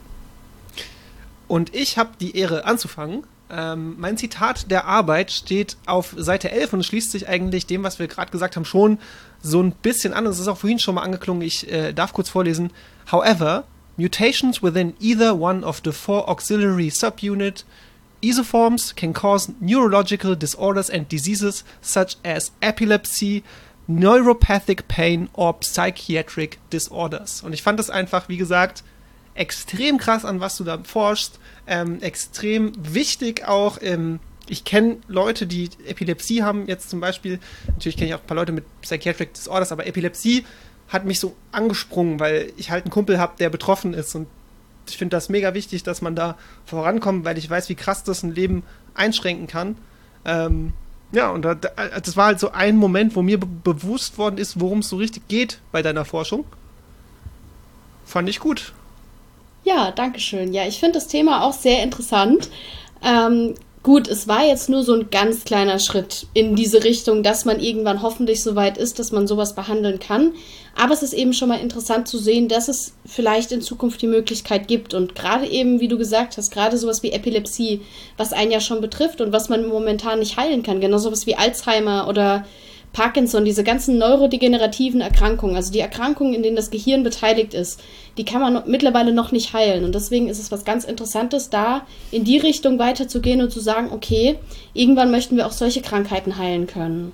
B: Und ich habe die Ehre anzufangen. Ähm, mein Zitat der Arbeit steht auf Seite elf und schließt sich eigentlich dem, was wir gerade gesagt haben, schon so ein bisschen an. Es ist auch vorhin schon mal angeklungen. Ich äh, darf kurz vorlesen. However, mutations within either one of the four auxiliary subunit isoforms can cause neurological disorders and diseases such as epilepsy, neuropathic pain or psychiatric disorders. Und ich fand das einfach, wie gesagt, extrem krass, an was du da forschst. Ähm, extrem wichtig auch. Ähm, ich kenne Leute, die Epilepsie haben, jetzt zum Beispiel. Natürlich kenne ich auch ein paar Leute mit psychiatric disorders, aber Epilepsie hat mich so angesprungen, weil ich halt einen Kumpel habe, der betroffen ist. Und ich finde das mega wichtig, dass man da vorankommt, weil ich weiß, wie krass das ein Leben einschränken kann. Ähm, ja, und da, das war halt so ein Moment, wo mir be- bewusst worden ist, worum es so richtig geht bei deiner Forschung. Fand ich gut.
D: Ja, danke schön. Ja, ich finde das Thema auch sehr interessant. Ähm, gut, es war jetzt nur so ein ganz kleiner Schritt in diese Richtung, dass man irgendwann hoffentlich so weit ist, dass man sowas behandeln kann. Aber es ist eben schon mal interessant zu sehen, dass es vielleicht in Zukunft die Möglichkeit gibt. Und gerade eben, wie du gesagt hast, gerade sowas wie Epilepsie, was einen ja schon betrifft und was man momentan nicht heilen kann. Genau sowas wie Alzheimer oder Parkinson, diese ganzen neurodegenerativen Erkrankungen, also die Erkrankungen, in denen das Gehirn beteiligt ist, die kann man no- mittlerweile noch nicht heilen. Und deswegen ist es was ganz Interessantes, da in die Richtung weiterzugehen und zu sagen, okay, irgendwann möchten wir auch solche Krankheiten heilen können.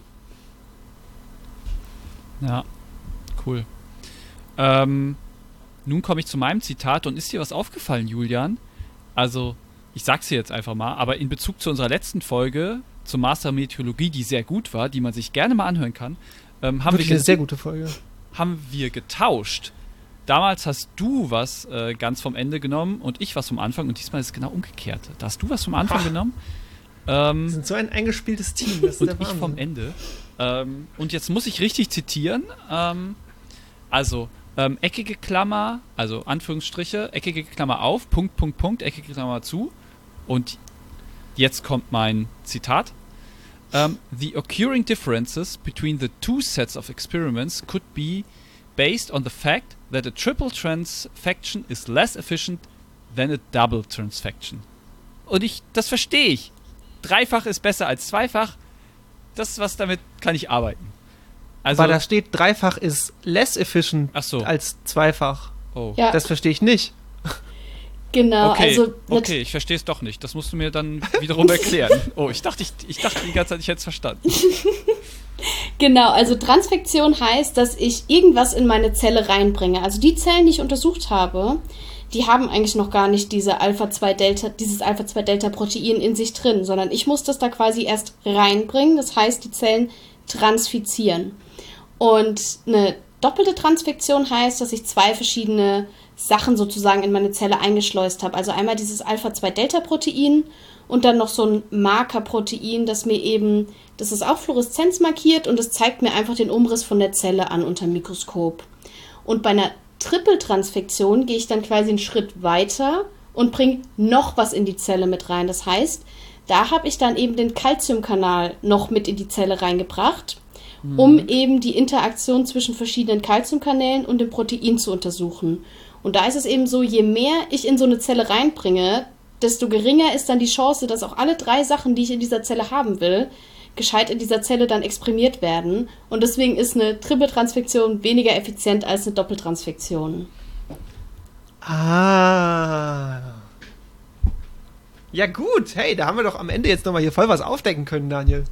A: Ja, cool. Ähm, nun komme ich zu meinem Zitat und ist dir was aufgefallen, Julian? Also, ich sag's dir jetzt einfach mal, aber in Bezug zu unserer letzten Folge zur Master Meteorologie, die sehr gut war, die man sich gerne mal anhören kann, ähm, haben,
B: Wirklich
A: wir
B: eine sehr gute Folge.
A: haben wir getauscht. Damals hast du was äh, ganz vom Ende genommen und ich was vom Anfang und diesmal ist es genau umgekehrt. Da hast du was vom Anfang
B: Ach.
A: genommen ähm,
B: Wir sind so ein eingespieltes Team, das ist
A: und
B: der
A: ich
B: Wahnsinn.
A: vom Ende. Ähm, und jetzt muss ich richtig zitieren. Ähm, also, ähm, eckige Klammer, also Anführungsstriche, eckige Klammer auf, Punkt, Punkt, Punkt, eckige Klammer zu. Und jetzt kommt mein Zitat. Um, the occurring differences between the two sets of experiments could be based on the fact that a triple transfection is less efficient than a double transfection. Und ich, das verstehe ich. Dreifach ist besser als zweifach. Das, was damit kann ich arbeiten. Also,
B: Aber da steht, dreifach ist less efficient
A: ach so.
B: als zweifach.
A: Oh.
D: Ja,
B: Das verstehe ich nicht.
D: genau.
A: Okay,
D: Also
A: okay, ich verstehe es doch nicht. Das musst du mir dann wiederum erklären. Oh, ich dachte, ich, ich dachte die ganze Zeit, ich hätte es verstanden.
D: Genau, also Transfektion heißt, dass ich irgendwas in meine Zelle reinbringe. Also die Zellen, die ich untersucht habe, die haben eigentlich noch gar nicht diese Alpha zwei Delta, dieses Alpha zwei Delta Protein in sich drin, sondern ich muss das da quasi erst reinbringen. Das heißt, die Zellen transfizieren. Und eine doppelte Transfektion heißt, dass ich zwei verschiedene Sachen sozusagen in meine Zelle eingeschleust habe. Also einmal dieses Alpha zwei Delta Protein und dann noch so ein Markerprotein, das mir eben, das ist auch Fluoreszenz markiert und das zeigt mir einfach den Umriss von der Zelle an unter dem Mikroskop. Und bei einer Trippeltransfektion gehe ich dann quasi einen Schritt weiter und bringe noch was in die Zelle mit rein. Das heißt, da habe ich dann eben den Calciumkanal noch mit in die Zelle reingebracht, mhm. um eben die Interaktion zwischen verschiedenen Calciumkanälen und dem Protein zu untersuchen. Und da ist es eben so, je mehr ich in so eine Zelle reinbringe, desto geringer ist dann die Chance, dass auch alle drei Sachen, die ich in dieser Zelle haben will, gescheit in dieser Zelle dann exprimiert werden. Und deswegen ist eine Trippeltransfektion weniger effizient als eine Doppeltransfektion.
B: Ah. Ja gut, hey, da haben wir doch am Ende jetzt nochmal hier voll was aufdecken können, Daniel.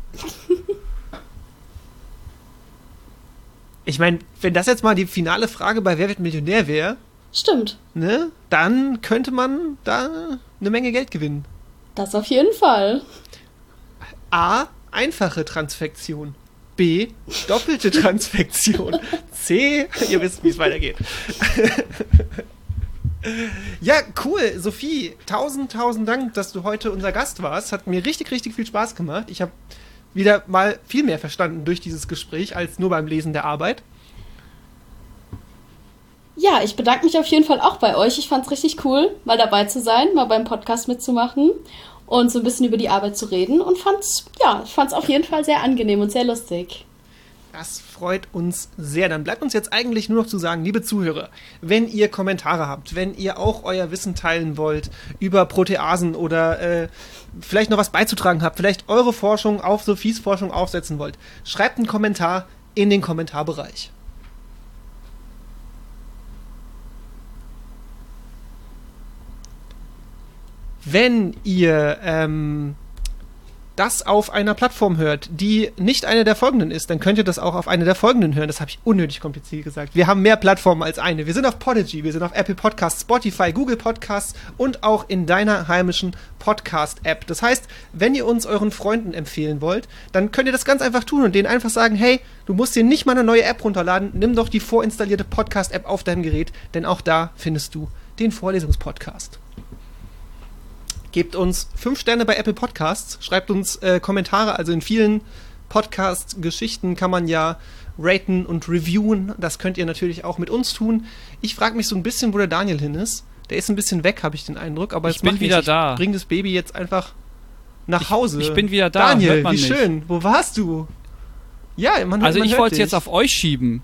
B: Ich meine, wenn das jetzt mal die finale Frage bei Wer wird Millionär wäre,
D: Stimmt.
B: ne, dann könnte man da eine Menge Geld gewinnen.
D: Das auf jeden Fall.
B: A, einfache Transfektion. B, doppelte Transfektion. C, ihr wisst, wie es weitergeht. Ja, cool. Sophie, tausend, tausend Dank, dass du heute unser Gast warst. Hat mir richtig, richtig viel Spaß gemacht. Ich habe wieder mal viel mehr verstanden durch dieses Gespräch als nur beim Lesen der Arbeit.
D: Ja, ich bedanke mich auf jeden Fall auch bei euch. Ich fand es richtig cool, mal dabei zu sein, mal beim Podcast mitzumachen. und so ein bisschen über die Arbeit zu reden und fand's, ja, ich fand's auf jeden Fall sehr angenehm und sehr lustig.
B: Das freut uns sehr. Dann bleibt uns jetzt eigentlich nur noch zu sagen, liebe Zuhörer, wenn ihr Kommentare habt, wenn ihr auch euer Wissen teilen wollt über Proteasen oder äh, vielleicht noch was beizutragen habt, vielleicht eure Forschung auf Sophies Forschung aufsetzen wollt, schreibt einen Kommentar in den Kommentarbereich. Wenn ihr ähm, das auf einer Plattform hört, die nicht eine der folgenden ist, dann könnt ihr das auch auf eine der folgenden hören. Das habe ich unnötig kompliziert gesagt. Wir haben mehr Plattformen als eine. Wir sind auf Podigy, wir sind auf Apple Podcasts, Spotify, Google Podcasts und auch in deiner heimischen Podcast-App. Das heißt, wenn ihr uns euren Freunden empfehlen wollt, dann könnt ihr das ganz einfach tun und denen einfach sagen, hey, du musst dir nicht mal eine neue App runterladen, nimm doch die vorinstallierte Podcast-App auf deinem Gerät, denn auch da findest du den Vorlesungspodcast. Gebt uns fünf Sterne bei Apple Podcasts, schreibt uns äh, Kommentare, also in vielen Podcast-Geschichten kann man ja raten und reviewen, das könnt ihr natürlich auch mit uns tun. Ich frage mich so ein bisschen, wo der Daniel hin ist. Der ist ein bisschen weg, habe ich den Eindruck, aber
A: ich
B: es
A: bin
B: macht
A: wieder
B: nichts.
A: da.
B: Ich bring das Baby jetzt einfach nach
A: Ich,
B: Hause.
A: ich bin wieder da,
B: Daniel,
A: hört man
B: wie
A: nicht.
B: schön. Wo warst du? Ja, man
A: Also
B: man
A: ich
B: hört
A: wollte es
B: dich.
A: jetzt auf euch schieben.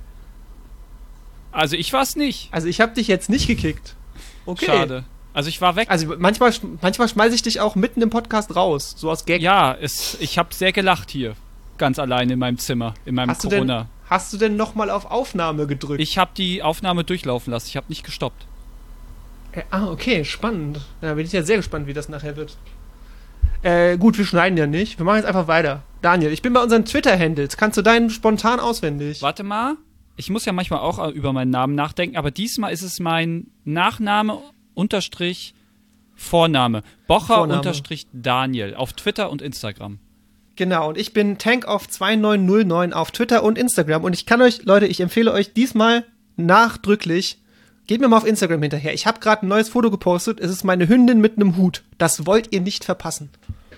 A: Also ich war es nicht.
B: Also ich habe dich jetzt nicht gekickt. Okay.
A: Schade. Also ich war weg.
B: Also manchmal, manchmal schmeiße ich dich auch mitten im Podcast raus, so aus Gag.
A: Ja, es, ich habe sehr gelacht hier. Ganz alleine in meinem Zimmer, in meinem
B: Hast du
A: Corona.
B: denn, hast du denn nochmal auf Aufnahme gedrückt?
A: Ich habe die Aufnahme durchlaufen lassen. Ich habe nicht gestoppt.
B: Äh, ah, okay, spannend. Da bin ich ja sehr gespannt, wie das nachher wird. Äh, gut, wir schneiden ja nicht. Wir machen jetzt einfach weiter. Daniel, ich bin bei unseren Twitter-Handles. Kannst du deinen spontan auswendig?
A: Warte mal. Ich muss ja manchmal auch über meinen Namen nachdenken, aber diesmal ist es mein Nachname unterstrich Vorname. Bocher
B: Vorname.
A: unterstrich Daniel auf Twitter und Instagram.
B: Genau, und ich bin Tankoff zwei neun null neun auf Twitter und Instagram. Und ich kann euch, Leute, ich empfehle euch diesmal nachdrücklich, geht mir mal auf Instagram hinterher. Ich habe gerade ein neues Foto gepostet. Es ist meine Hündin mit einem Hut. Das wollt ihr nicht verpassen.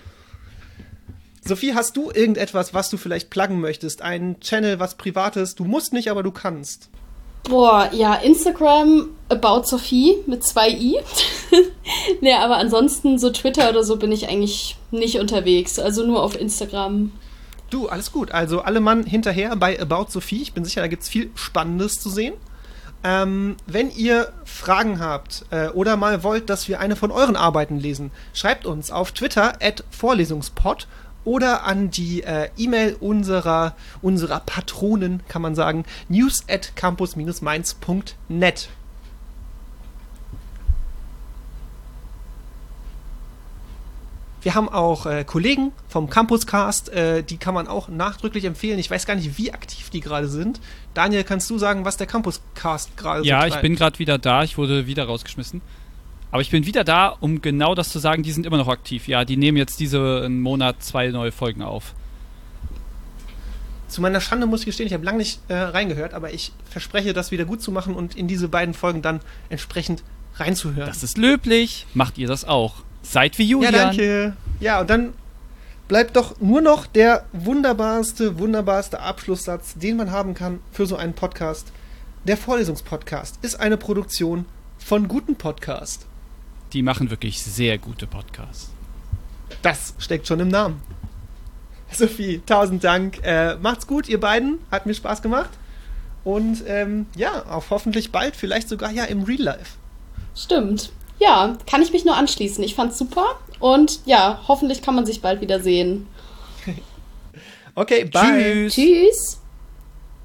B: Sophie, hast du irgendetwas, was du vielleicht pluggen möchtest? Ein Channel, was Privates? Du musst nicht, aber du kannst.
D: Boah, ja, Instagram About Sophie mit zwei i. Nee, aber ansonsten so Twitter oder so bin ich eigentlich nicht unterwegs. Also nur auf Instagram.
B: Du, alles gut. Also alle Mann hinterher bei About Sophie. Ich bin sicher, da gibt es viel Spannendes zu sehen. Ähm, wenn ihr Fragen habt äh, oder mal wollt, dass wir eine von euren Arbeiten lesen, schreibt uns auf Twitter at vorlesungspod oder an die äh, E-Mail unserer, unserer Patronen, kann man sagen, news at campus mainz punkt net. Wir haben auch äh, Kollegen vom Campuscast, äh, die kann man auch nachdrücklich empfehlen. Ich weiß gar nicht, wie aktiv die gerade sind. Daniel, kannst du sagen, was der Campuscast gerade so
A: Ja,
B: treibt?
A: ich bin gerade wieder da. Ich wurde wieder rausgeschmissen. Aber ich bin wieder da, um genau das zu sagen. Die sind immer noch aktiv. Ja, die nehmen jetzt diesen Monat zwei neue Folgen auf.
B: Zu meiner Schande muss ich gestehen, ich habe lange nicht äh, reingehört, aber ich verspreche, das wieder gut zu machen und in diese beiden Folgen dann entsprechend reinzuhören.
A: Das ist löblich. Macht ihr das auch? Seid wie Julian.
B: Ja, danke. Ja, und dann bleibt doch nur noch der wunderbarste, wunderbarste Abschlusssatz, den man haben kann für so einen Podcast. Der Vorlesungspodcast ist eine Produktion von guten Podcast.
A: Die machen wirklich sehr gute Podcasts.
B: Das steckt schon im Namen. Sophie, tausend Dank. Äh, macht's gut, ihr beiden. Hat mir Spaß gemacht. Und ähm, ja, auf hoffentlich bald, vielleicht sogar ja im Real Life.
D: Stimmt. Ja, kann ich mich nur anschließen. Ich fand's super. Und ja, hoffentlich kann man sich bald wieder sehen.
B: Okay, bye.
A: Tschüss.
D: Tschüss.